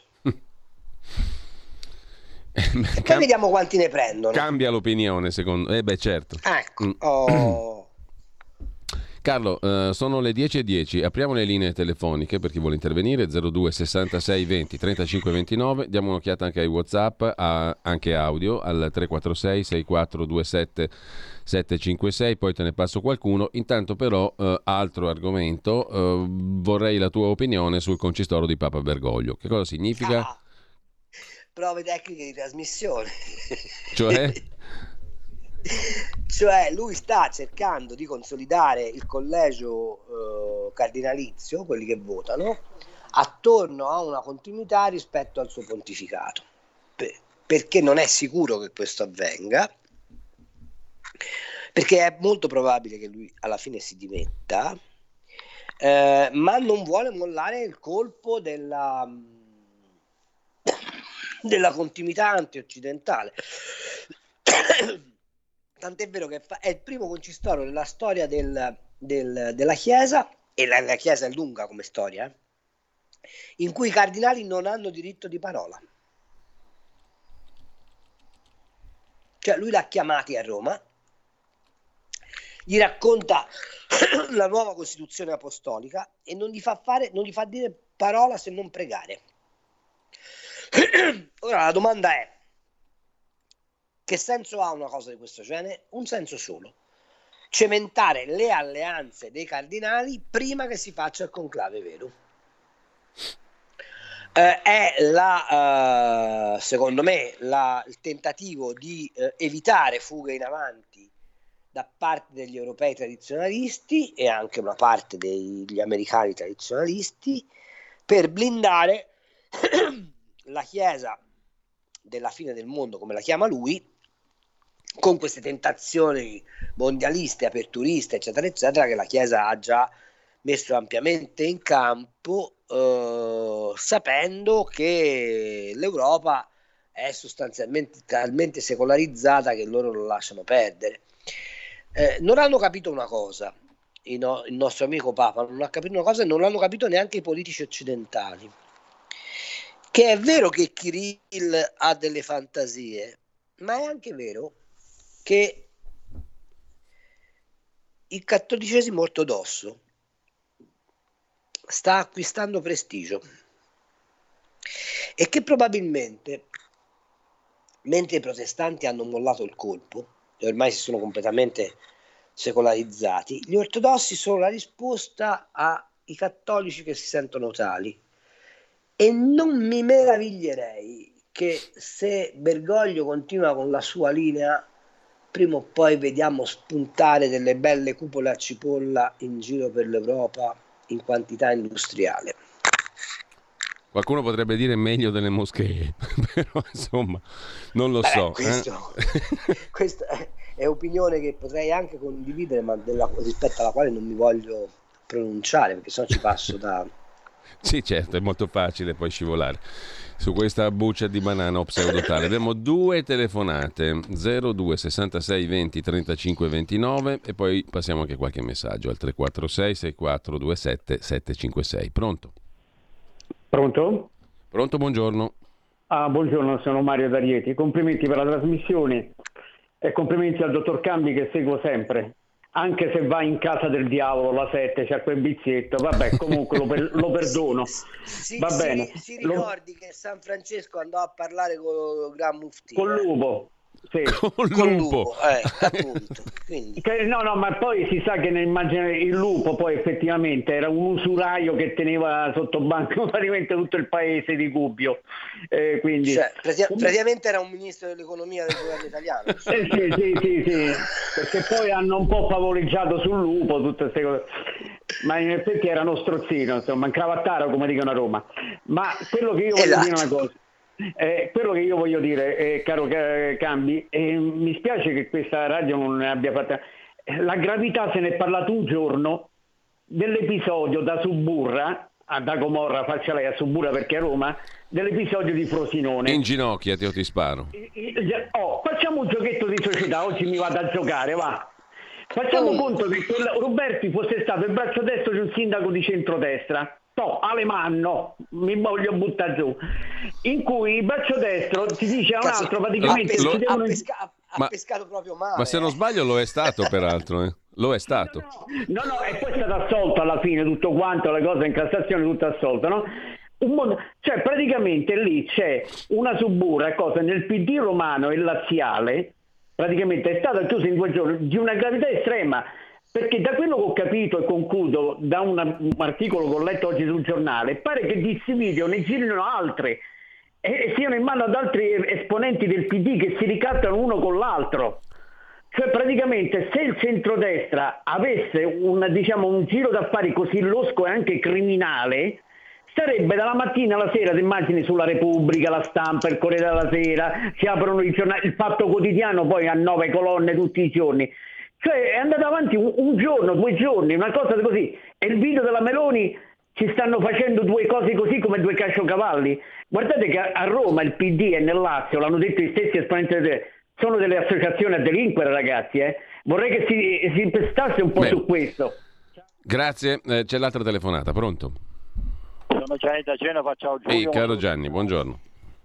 E poi Cam- vediamo quanti ne prendono. Cambia l'opinione, secondo me. Eh beh, certo. Ecco. Mm. Oh. Carlo, eh, sono le dieci e dieci, apriamo le linee telefoniche per chi vuole intervenire, zero due sessantasei venti trentacinque ventinove, diamo un'occhiata anche ai WhatsApp, a, anche audio, al tre quattro sei sei quattro due sette sette cinque sei, poi te ne passo qualcuno. Intanto però, eh, altro argomento, eh, vorrei la tua opinione sul concistoro di Papa Bergoglio. Che cosa significa? Ah, prove tecniche di trasmissione. Cioè? Cioè lui sta cercando di consolidare il collegio eh, cardinalizio, quelli che votano, attorno a una continuità rispetto al suo pontificato, per, perché non è sicuro che questo avvenga, perché è molto probabile che lui alla fine si dimetta, eh, ma non vuole mollare il colpo della, della continuità antioccidentale. Tant'è vero che fa, è il primo concistoro nella storia del, del, della Chiesa, e la, la Chiesa è lunga come storia, eh, in cui i cardinali non hanno diritto di parola. Cioè lui l'ha chiamati a Roma, gli racconta la nuova Costituzione apostolica e non gli fa fare, non gli fa dire parola se non pregare. Ora la domanda è: che senso ha una cosa di questo genere? Un senso solo: cementare le alleanze dei cardinali prima che si faccia il conclave vero. Eh, è la, eh, secondo me la, il tentativo di eh, evitare fughe in avanti da parte degli europei tradizionalisti e anche una parte degli americani tradizionalisti, per blindare la Chiesa della fine del mondo, come la chiama lui, con queste tentazioni mondialiste, aperturiste, eccetera, eccetera, che la Chiesa ha già messo ampiamente in campo, eh, sapendo che l'Europa è sostanzialmente talmente secolarizzata che loro lo lasciano perdere. Eh, non hanno capito una cosa, il, no, il nostro amico Papa non ha capito una cosa, e non l'hanno capito neanche i politici occidentali, che è vero che Kirill ha delle fantasie, ma è anche vero che il cattolicesimo ortodosso sta acquistando prestigio e che probabilmente, mentre i protestanti hanno mollato il colpo e ormai si sono completamente secolarizzati, gli ortodossi sono la risposta ai cattolici che si sentono tali. E non mi meraviglierei che, se Bergoglio continua con la sua linea, prima o poi vediamo spuntare delle belle cupole a cipolla in giro per l'Europa in quantità industriale. Qualcuno potrebbe dire meglio delle moschee, però insomma non lo Beh, so. Questo, eh? questa è opinione che potrei anche condividere, ma della, rispetto alla quale non mi voglio pronunciare, perché sennò ci passo da, Sì, certo, è molto facile poi scivolare su questa buccia di banana o pseudotale. Abbiamo due telefonate, zero due sessantasei venti trentacinque ventinove, e poi passiamo anche qualche messaggio al tre quattro sei sei quattro due sette sette cinque sei. Pronto? Pronto? Pronto, buongiorno. Ah, buongiorno, sono Mario D'Arieti. Complimenti per la trasmissione e complimenti al dottor Cambi, che seguo sempre. Anche se va in casa del diavolo la sette, c'ha quel vizietto, vabbè, comunque lo, per, lo perdono. Si, Va si, bene. Si, si ricordi lo... che San Francesco andò a parlare con il Gran Muftì. Con Lupo. Sì. Con Con lupo, lupo eh, appunto. Quindi. Che, no, no, ma poi si sa che nell'immagine il lupo poi effettivamente era un usuraio che teneva sotto banco praticamente tutto il paese di Gubbio. Eh, quindi... Cioè, pratica- praticamente era un ministro dell'economia del governo italiano. Eh, sì, sì, sì, sì, perché poi hanno un po' favoleggiato sul lupo tutte queste cose. Ma in effetti era uno strozzino, insomma, un cravattaro, come dicono a Roma. Ma quello che io voglio Esatto. dire una cosa. Eh, quello che io voglio dire, eh, caro Cambi, eh, mi spiace che questa radio non ne abbia fatta. La gravità se ne è parlato un giorno dell'episodio da Suburra, a da Gomorra, faccia lei a Suburra perché è a Roma, dell'episodio di Frosinone. Inginocchiati o ti sparo. Oh, facciamo un giochetto di società, oggi mi vado a giocare, va. Facciamo oh. conto che quel Roberti fosse stato il braccio destro di un sindaco di centrodestra. No, Alemanno, mi voglio buttare giù, in cui il braccio destro ti dice a un altro praticamente ha, lo, devono... ha, pesca... ha ma, pescato proprio male. Ma se non sbaglio lo è stato peraltro, eh? Lo è stato. No, no, no, e poi è stato assolto alla fine tutto quanto, le cose in Cassazione tutto assolto, no? Un modo... Cioè praticamente lì c'è una Suburra, cosa nel P D romano e laziale, praticamente è stata chiusa in due giorni di una gravità estrema. Perché da quello che ho capito e concludo da una, un articolo che ho letto oggi sul giornale, pare che di questi video ne girino altre e, e siano in mano ad altri esponenti del P D che si ricattano uno con l'altro. Cioè praticamente se il centrodestra avesse un, diciamo, un giro d'affari così losco e anche criminale, sarebbe dalla mattina alla sera, ti immagini, sulla Repubblica, la Stampa, il Corriere della Sera, si aprono i giornali, il Fatto Quotidiano poi ha nove colonne tutti i giorni. Cioè è andato avanti un, un giorno, due giorni, una cosa così. E il video della Meloni ci stanno facendo due cose così come due caciocavalli. Guardate che a, a Roma il P D e nel Lazio, l'hanno detto gli stessi esponenti, sono delle associazioni a delinquere, ragazzi. Eh. Vorrei che si, si impestasse un po' Beh, su questo. Grazie, eh, c'è l'altra telefonata, pronto? Sono Gianni da Genova, ciao Giulio. Ehi, caro Gianni, buongiorno.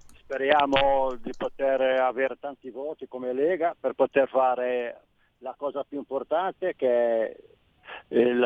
Speriamo di poter avere tanti voti come Lega per poter fare la cosa più importante, che è il,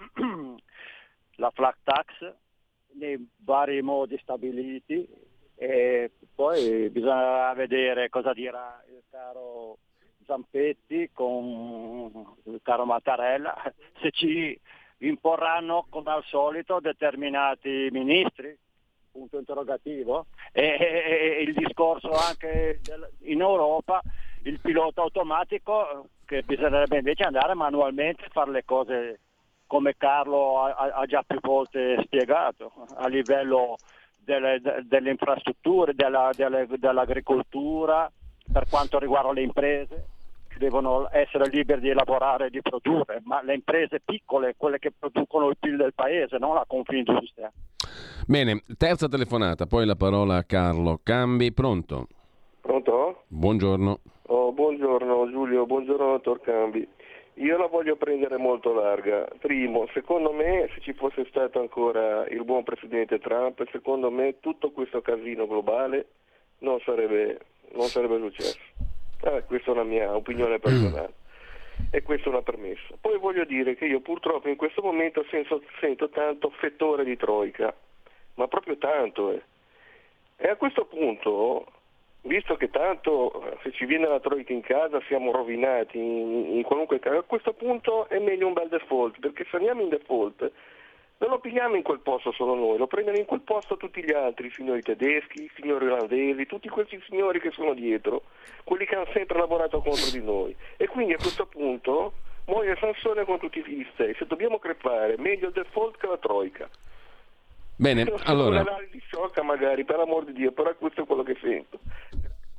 la flat tax nei vari modi stabiliti, e poi bisogna vedere cosa dirà il caro Zampetti con il caro Mattarella, se ci imporranno come al solito determinati ministri, punto interrogativo, e, e, e il discorso anche del, in Europa, il pilota automatico, che bisognerebbe invece andare manualmente a fare le cose come Carlo ha, ha già più volte spiegato, a livello delle, delle infrastrutture, della, delle, dell'agricoltura, per quanto riguarda le imprese, che devono essere liberi di lavorare e di produrre, ma le imprese piccole, quelle che producono il P I L del paese, non la Confindustria. Bene, terza telefonata, poi la parola a Carlo Cambi. Pronto? Pronto? Buongiorno. Oh, buongiorno Giulio, buongiorno dottor Cambi. Io la voglio prendere molto larga. Primo, secondo me, se ci fosse stato ancora il buon presidente Trump, secondo me tutto questo casino globale non sarebbe, non sarebbe successo. Eh, questa è una mia opinione personale. E questa è una premessa. Poi voglio dire che io purtroppo in questo momento sento, sento tanto fettore di troica, ma proprio tanto. Eh. E a questo punto, visto che tanto se ci viene la troica in casa siamo rovinati in, in qualunque caso, a questo punto è meglio un bel default, perché se andiamo in default non lo pigliamo in quel posto solo noi, lo prendono in quel posto tutti gli altri, i signori tedeschi, i signori olandesi, tutti questi signori che sono dietro, quelli che hanno sempre lavorato contro di noi. E quindi a questo punto muore Sansone con tutti i filistei. Se dobbiamo crepare, meglio il default che la troica. Bene, allora... Un'analisi sciocca magari, per l'amor di Dio, però questo è quello che sento.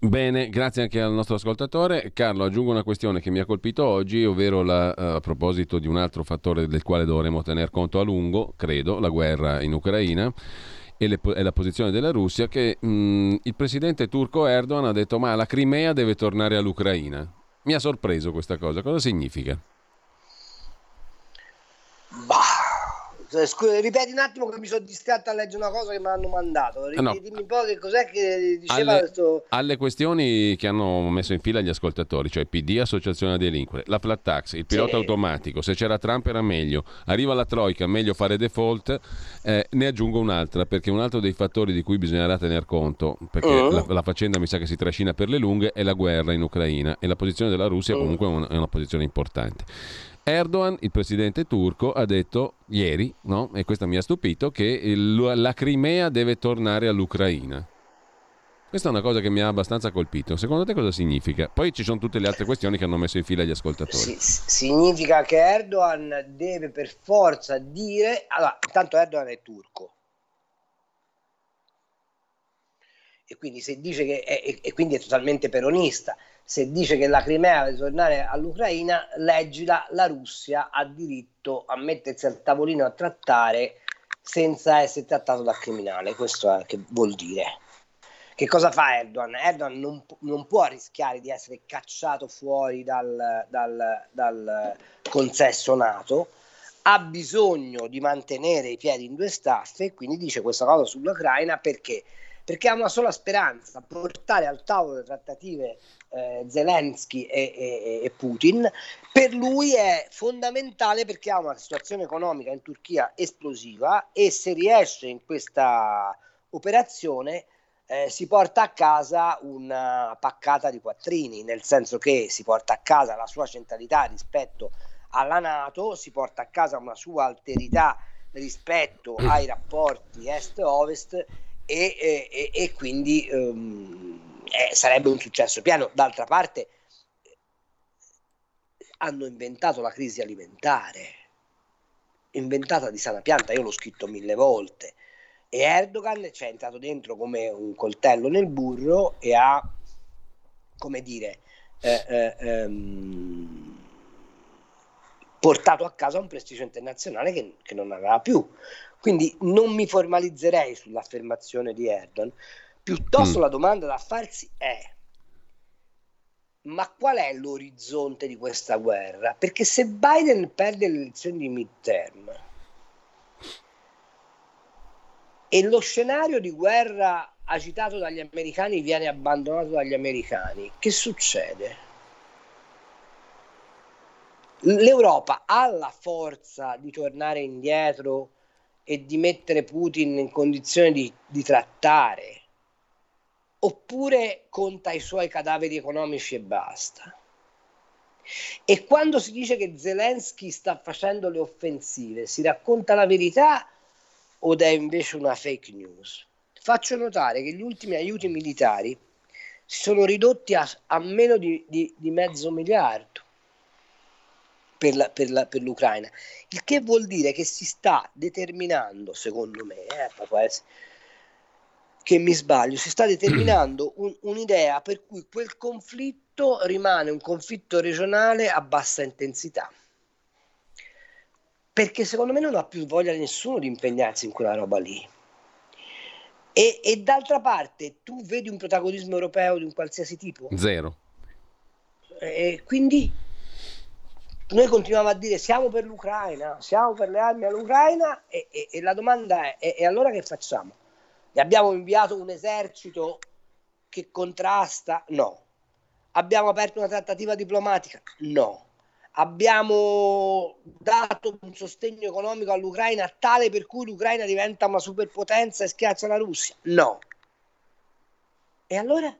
Bene, grazie anche al nostro ascoltatore. Carlo, aggiungo una questione che mi ha colpito oggi, ovvero la, a proposito di un altro fattore del quale dovremo tener conto a lungo, credo, la guerra in Ucraina e, le, e la posizione della Russia, che mh, il presidente turco Erdogan ha detto ma la Crimea deve tornare all'Ucraina. Mi ha sorpreso questa cosa, cosa significa? Bah, scusa, ripeti un attimo che mi sono distratto a leggere una cosa che mi hanno mandato. Ripeti, no. Dimmi un po' che cos'è che diceva alle, questo... alle questioni che hanno messo in fila gli ascoltatori, cioè P D, associazione a delinquere, la flat tax, il pilota Sì. automatico, se c'era Trump era meglio, arriva la troika, meglio fare default. Eh, ne aggiungo un'altra, perché un altro dei fattori di cui bisognerà tener conto, perché uh-huh. la, la faccenda mi sa che si trascina per le lunghe, è la guerra in Ucraina, e la posizione della Russia comunque uh-huh. è, una, è una posizione importante. Erdogan, il presidente turco, ha detto ieri, no? E questo mi ha stupito, che il, la Crimea deve tornare all'Ucraina. Questa è una cosa che mi ha abbastanza colpito. Secondo te cosa significa? Poi ci sono tutte le altre questioni che hanno messo in fila gli ascoltatori. Si, significa che Erdogan deve per forza dire... Allora, intanto Erdogan è turco. E quindi se dice che è, e quindi è totalmente peronista. Se dice che la Crimea deve tornare all'Ucraina, leggila, la Russia ha diritto a mettersi al tavolino a trattare senza essere trattato da criminale. Questo è che vuol dire. Che cosa fa Erdogan? Erdogan non, non può rischiare di essere cacciato fuori dal, dal, dal consesso NATO, ha bisogno di mantenere i piedi in due staffe e quindi dice questa cosa sull'Ucraina perché? Perché ha una sola speranza, portare al tavolo le trattative eh, Zelensky e, e, e Putin. Per lui è fondamentale perché ha una situazione economica in Turchia esplosiva e se riesce in questa operazione eh, si porta a casa una paccata di quattrini, nel senso che si porta a casa la sua centralità rispetto alla NATO, si porta a casa una sua alterità rispetto ai rapporti est-ovest e, e, e quindi um, eh, sarebbe un successo pieno. D'altra parte hanno inventato la crisi alimentare, inventata di sana pianta, io l'ho scritto mille volte, e Erdogan ci è entrato dentro come un coltello nel burro e ha, come dire, eh, eh, ehm, portato a casa un prestigio internazionale che, che non aveva più. Quindi non mi formalizzerei sull'affermazione di Erdogan, piuttosto mm. la domanda da farsi è: ma qual è l'orizzonte di questa guerra? Perché se Biden perde le elezioni di midterm e lo scenario di guerra agitato dagli americani viene abbandonato dagli americani, che succede? L'Europa ha la forza di tornare indietro e di mettere Putin in condizione di, di trattare, oppure conta i suoi cadaveri economici e basta? E quando si dice che Zelensky sta facendo le offensive, si racconta la verità o è invece una fake news? Faccio notare che gli ultimi aiuti militari si sono ridotti a, a meno di, di, di mezzo miliardo per, la, per, la, per l'Ucraina, il che vuol dire che si sta determinando, secondo me, eh, può essere che mi sbaglio, si sta determinando un, un'idea per cui quel conflitto rimane un conflitto regionale a bassa intensità, perché secondo me non ha più voglia nessuno di impegnarsi in quella roba lì. E, e d'altra parte tu vedi un protagonismo europeo di un qualsiasi tipo? Zero. E quindi noi continuiamo a dire siamo per l'Ucraina, siamo per le armi all'Ucraina e, e, e la domanda è, e, e allora che facciamo? Gli abbiamo inviato un esercito che contrasta? No. Abbiamo aperto una trattativa diplomatica? No. Abbiamo dato un sostegno economico all'Ucraina tale per cui l'Ucraina diventa una superpotenza e schiaccia la Russia? No. E allora?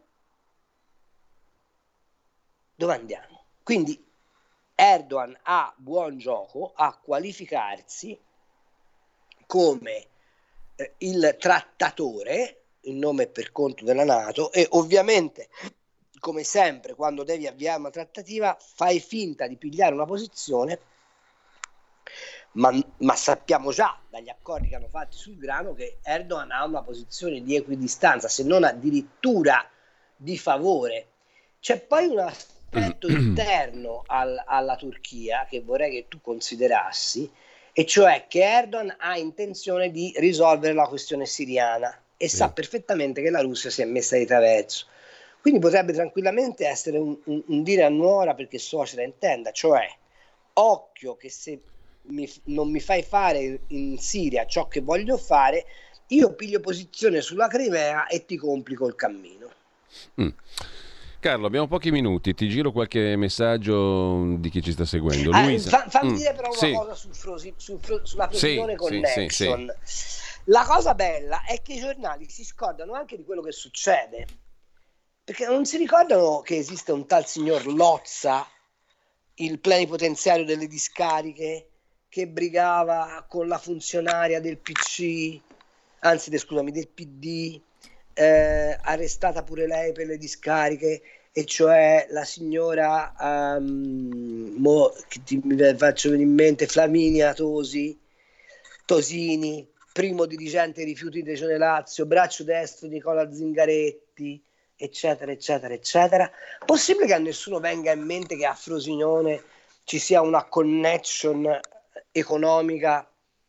Dove andiamo? Quindi Erdogan ha buon gioco a qualificarsi come eh, il trattatore in nome e per conto della NATO e ovviamente, come sempre, quando devi avviare una trattativa fai finta di pigliare una posizione, ma, ma sappiamo già dagli accordi che hanno fatto sul grano che Erdogan ha una posizione di equidistanza, se non addirittura di favore. C'è poi un aspetto interno al, alla Turchia che vorrei che tu considerassi, e cioè che Erdogan ha intenzione di risolvere la questione siriana e sì. sa perfettamente che la Russia si è messa di traverso. Quindi potrebbe tranquillamente essere un, un, un dire a nuora perché suocera intenda, cioè occhio che se mi, non mi fai fare in Siria ciò che voglio fare, io piglio posizione sulla Crimea e ti complico il cammino. Mm. Carlo, abbiamo pochi minuti, ti giro qualche messaggio di chi ci sta seguendo. Eh, Luisa. fa, fammi mm. dire però una sì. cosa sul Frosi, sul, sulla Frosinone sì, Connection. Sì, sì. La cosa bella è che i giornali si scordano anche di quello che succede, perché non si ricordano che esiste un tal signor Lozza, il plenipotenziario delle discariche, che brigava con la funzionaria del P C, anzi scusami, del P D, eh, arrestata pure lei per le discariche, e cioè la signora um, mo, che ti, mi faccio venire in mente Flaminia Tosi, Tosini, primo dirigente rifiuti in Regione Lazio, braccio destro di Nicola Zingaretti, eccetera eccetera eccetera. Possibile che a nessuno venga in mente che a Frosinone ci sia una connection economica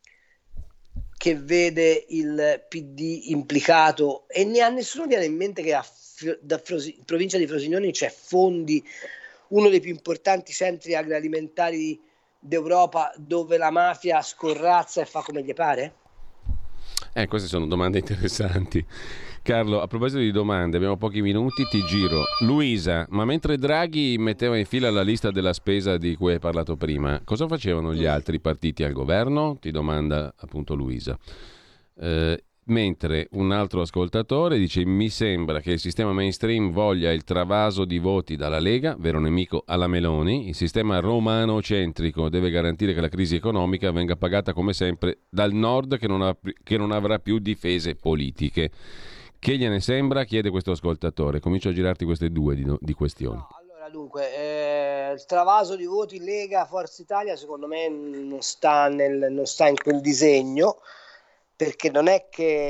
che vede il P D implicato, e ne a nessuno viene in mente che a da Frosi, in provincia di Frosinone c'è Fondi, uno dei più importanti centri agroalimentari d'Europa, dove la mafia scorrazza e fa come gli pare? Eh, queste sono domande interessanti. Carlo, a proposito di domande, abbiamo pochi minuti, ti giro. Luisa, ma mentre Draghi metteva in fila la lista della spesa di cui hai parlato prima, cosa facevano gli altri partiti al governo? Ti domanda appunto Luisa. Eh, mentre un altro ascoltatore dice: mi sembra che il sistema mainstream voglia il travaso di voti dalla Lega, vero nemico alla Meloni. Il sistema romano-centrico deve garantire che la crisi economica venga pagata come sempre dal nord, che non, ha, che non avrà più difese politiche. Che gliene sembra? Chiede questo ascoltatore. Comincio a girarti queste due di, di questioni. No, allora, dunque, eh, il travaso di voti Lega Forza Italia secondo me non sta, nel, non sta in quel disegno, perché non è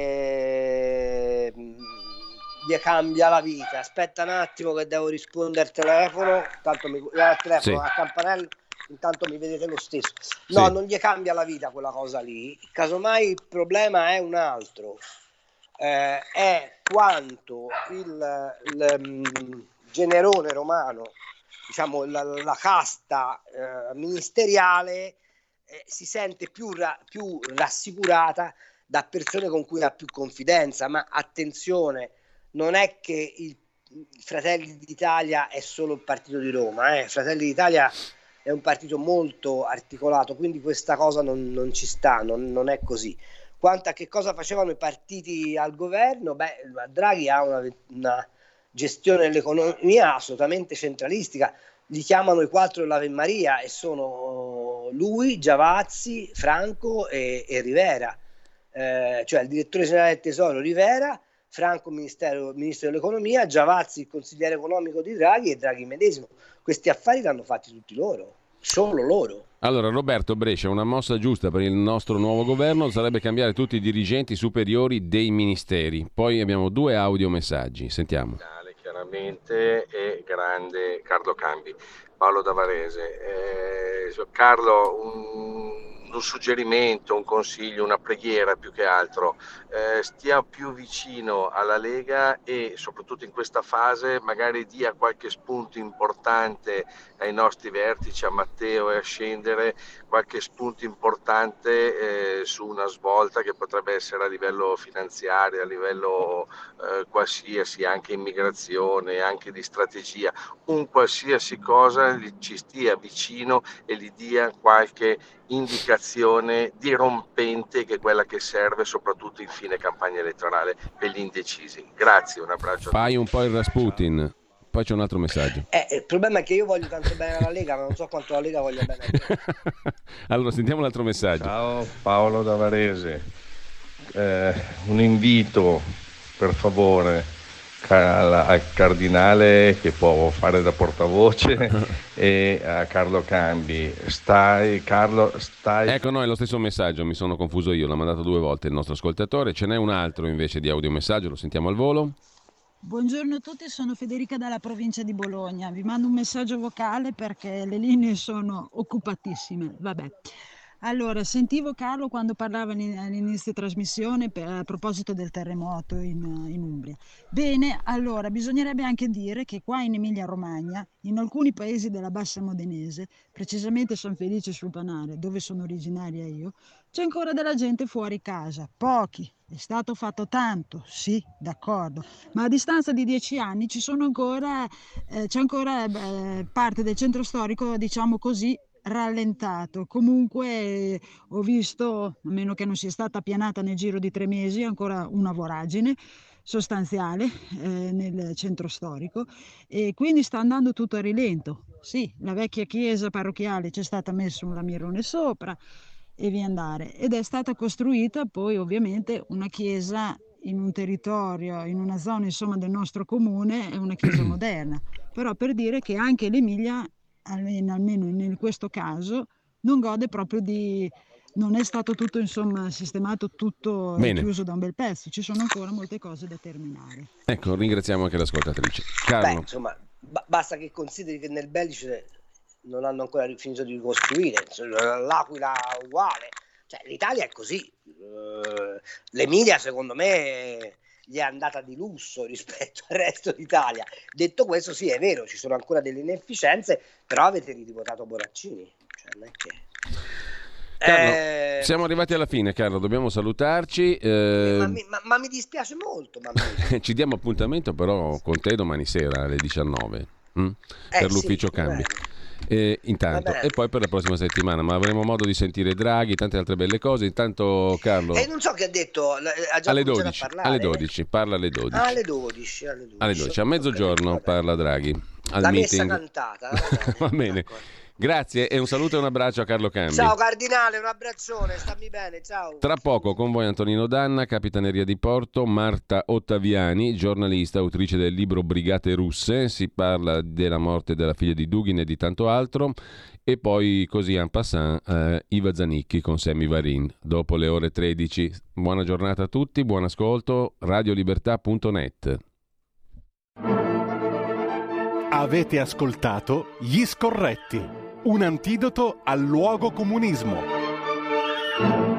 che gli cambia la vita. Aspetta un attimo che devo rispondere al telefono, tanto mi, al telefono, sì. al campanello, intanto mi vedete lo stesso. No, sì. non gli cambia la vita quella cosa lì, casomai il problema è un altro. Eh, è quanto il, il um, generone romano, diciamo la, la casta eh, ministeriale, eh, si sente più, ra- più rassicurata da persone con cui ha più confidenza. Ma attenzione, non è che il Fratelli d'Italia è solo il partito di Roma, eh. Fratelli d'Italia è un partito molto articolato, quindi questa cosa non, non ci sta, non, non è così. Quanto a che cosa facevano i partiti al governo, beh, Draghi ha una, una gestione dell'economia assolutamente centralistica. Li chiamano i quattro dell'Ave Maria e sono lui, Giavazzi, Franco e, e Rivera. Eh, cioè il direttore generale del Tesoro Rivera, Franco ministero, ministro dell'economia, Giavazzi il consigliere economico di Draghi e Draghi medesimo. Questi affari li hanno fatti tutti loro, solo loro. Allora Roberto Brescia, una mossa giusta per il nostro nuovo governo sarebbe cambiare tutti i dirigenti superiori dei ministeri. Poi abbiamo due audiomessaggi, sentiamo. Chiaramente e grande Carlo Cambi. Paolo da Varese. Eh, Carlo, un un suggerimento, un consiglio, una preghiera più che altro, eh, stia più vicino alla Lega e soprattutto in questa fase magari dia qualche spunto importante ai nostri vertici, a Matteo e a Scendere, qualche spunto importante eh, su una svolta che potrebbe essere a livello finanziario, a livello eh, qualsiasi, anche immigrazione, anche di strategia, un qualsiasi cosa ci stia vicino e gli dia qualche indicazione dirompente, che è quella che serve soprattutto in fine campagna elettorale per gli indecisi. Grazie, un abbraccio. Fai un po' il Rasputin. Poi c'è un altro messaggio. Eh, il problema è che io voglio tanto bene alla Lega, ma non so quanto la Lega voglia bene a me. Allora sentiamo l'altro messaggio. Ciao, Paolo da Varese. Eh, un invito, per favore, al cardinale che può fare da portavoce e a Carlo Cambi. Stai, Carlo, stai. Ecco, no, è lo stesso messaggio, mi sono confuso io, l'ha mandato due volte il nostro ascoltatore. Ce n'è un altro invece di audiomessaggio, lo sentiamo al volo. Buongiorno a tutti, sono Federica dalla provincia di Bologna. Vi mando un messaggio vocale perché le linee sono occupatissime. Vabbè. Allora, sentivo Carlo quando parlava all'inizio trasmissione per, a proposito del terremoto in, in Umbria. Bene, allora bisognerebbe anche dire che qua in Emilia-Romagna, in alcuni paesi della Bassa Modenese, precisamente San Felice sul Panare, dove sono originaria io, c'è ancora della gente fuori casa, pochi. È stato fatto tanto, sì, d'accordo, ma a distanza di dieci anni ci sono ancora, eh, c'è ancora eh, parte del centro storico, diciamo così, rallentato. Comunque eh, ho visto, a meno che non sia stata appianata nel giro di tre mesi, ancora una voragine sostanziale eh, nel centro storico, e quindi sta andando tutto a rilento. Sì, la vecchia chiesa parrocchiale c'è stata messo un lamirone sopra e via andare, ed è stata costruita poi ovviamente una chiesa in un territorio, in una zona insomma del nostro comune, è una chiesa moderna, però per dire che anche l'Emilia, almeno, almeno in questo caso, non gode proprio di, non è stato tutto insomma sistemato, tutto chiuso da un bel pezzo, ci sono ancora molte cose da terminare. Ecco, ringraziamo anche l'ascoltatrice. Carlo. Beh, insomma, b- basta che consideri che nel Belice non hanno ancora finito di ricostruire, l'Aquila uguale, cioè l'Italia è così. Uh, l'Emilia secondo me gli è andata di lusso rispetto al resto d'Italia. Detto questo, sì, è vero, ci sono ancora delle inefficienze, però avete rivotato Bonaccini, cioè non è che... Carlo, eh... siamo arrivati alla fine, Carlo, dobbiamo salutarci. Eh... Ma, mi, ma, ma mi dispiace molto. Ma mi... Ci diamo appuntamento però con te domani sera alle diciannove hm? eh, per l'ufficio sì, cambi. Eh, intanto e poi per la prossima settimana, ma avremo modo di sentire Draghi, tante altre belle cose. Intanto Carlo e eh, non so che ha detto, ha già alle dodici, alle dodici parla alle dodici. Ah, alle dodici, alle dodici. Alle dodici a mezzogiorno okay, parla Draghi al la meeting. Messa cantata, va bene. Va bene. Grazie e un saluto e un abbraccio a Carlo Cambi. Ciao Cardinale, un abbraccione, stammi bene, ciao. Tra poco con voi Antonino Danna, Capitaneria di Porto, Marta Ottaviani, giornalista, autrice del libro Brigate Russe, si parla della morte della figlia di Dugin e di tanto altro, e poi così en passant eh, Iva Zanicchi con Sammy Varin, dopo le ore tredici. Buona giornata a tutti, buon ascolto, radiolibertà punto net. Avete ascoltato Gli Scorretti, un antidoto al luogo comunismo.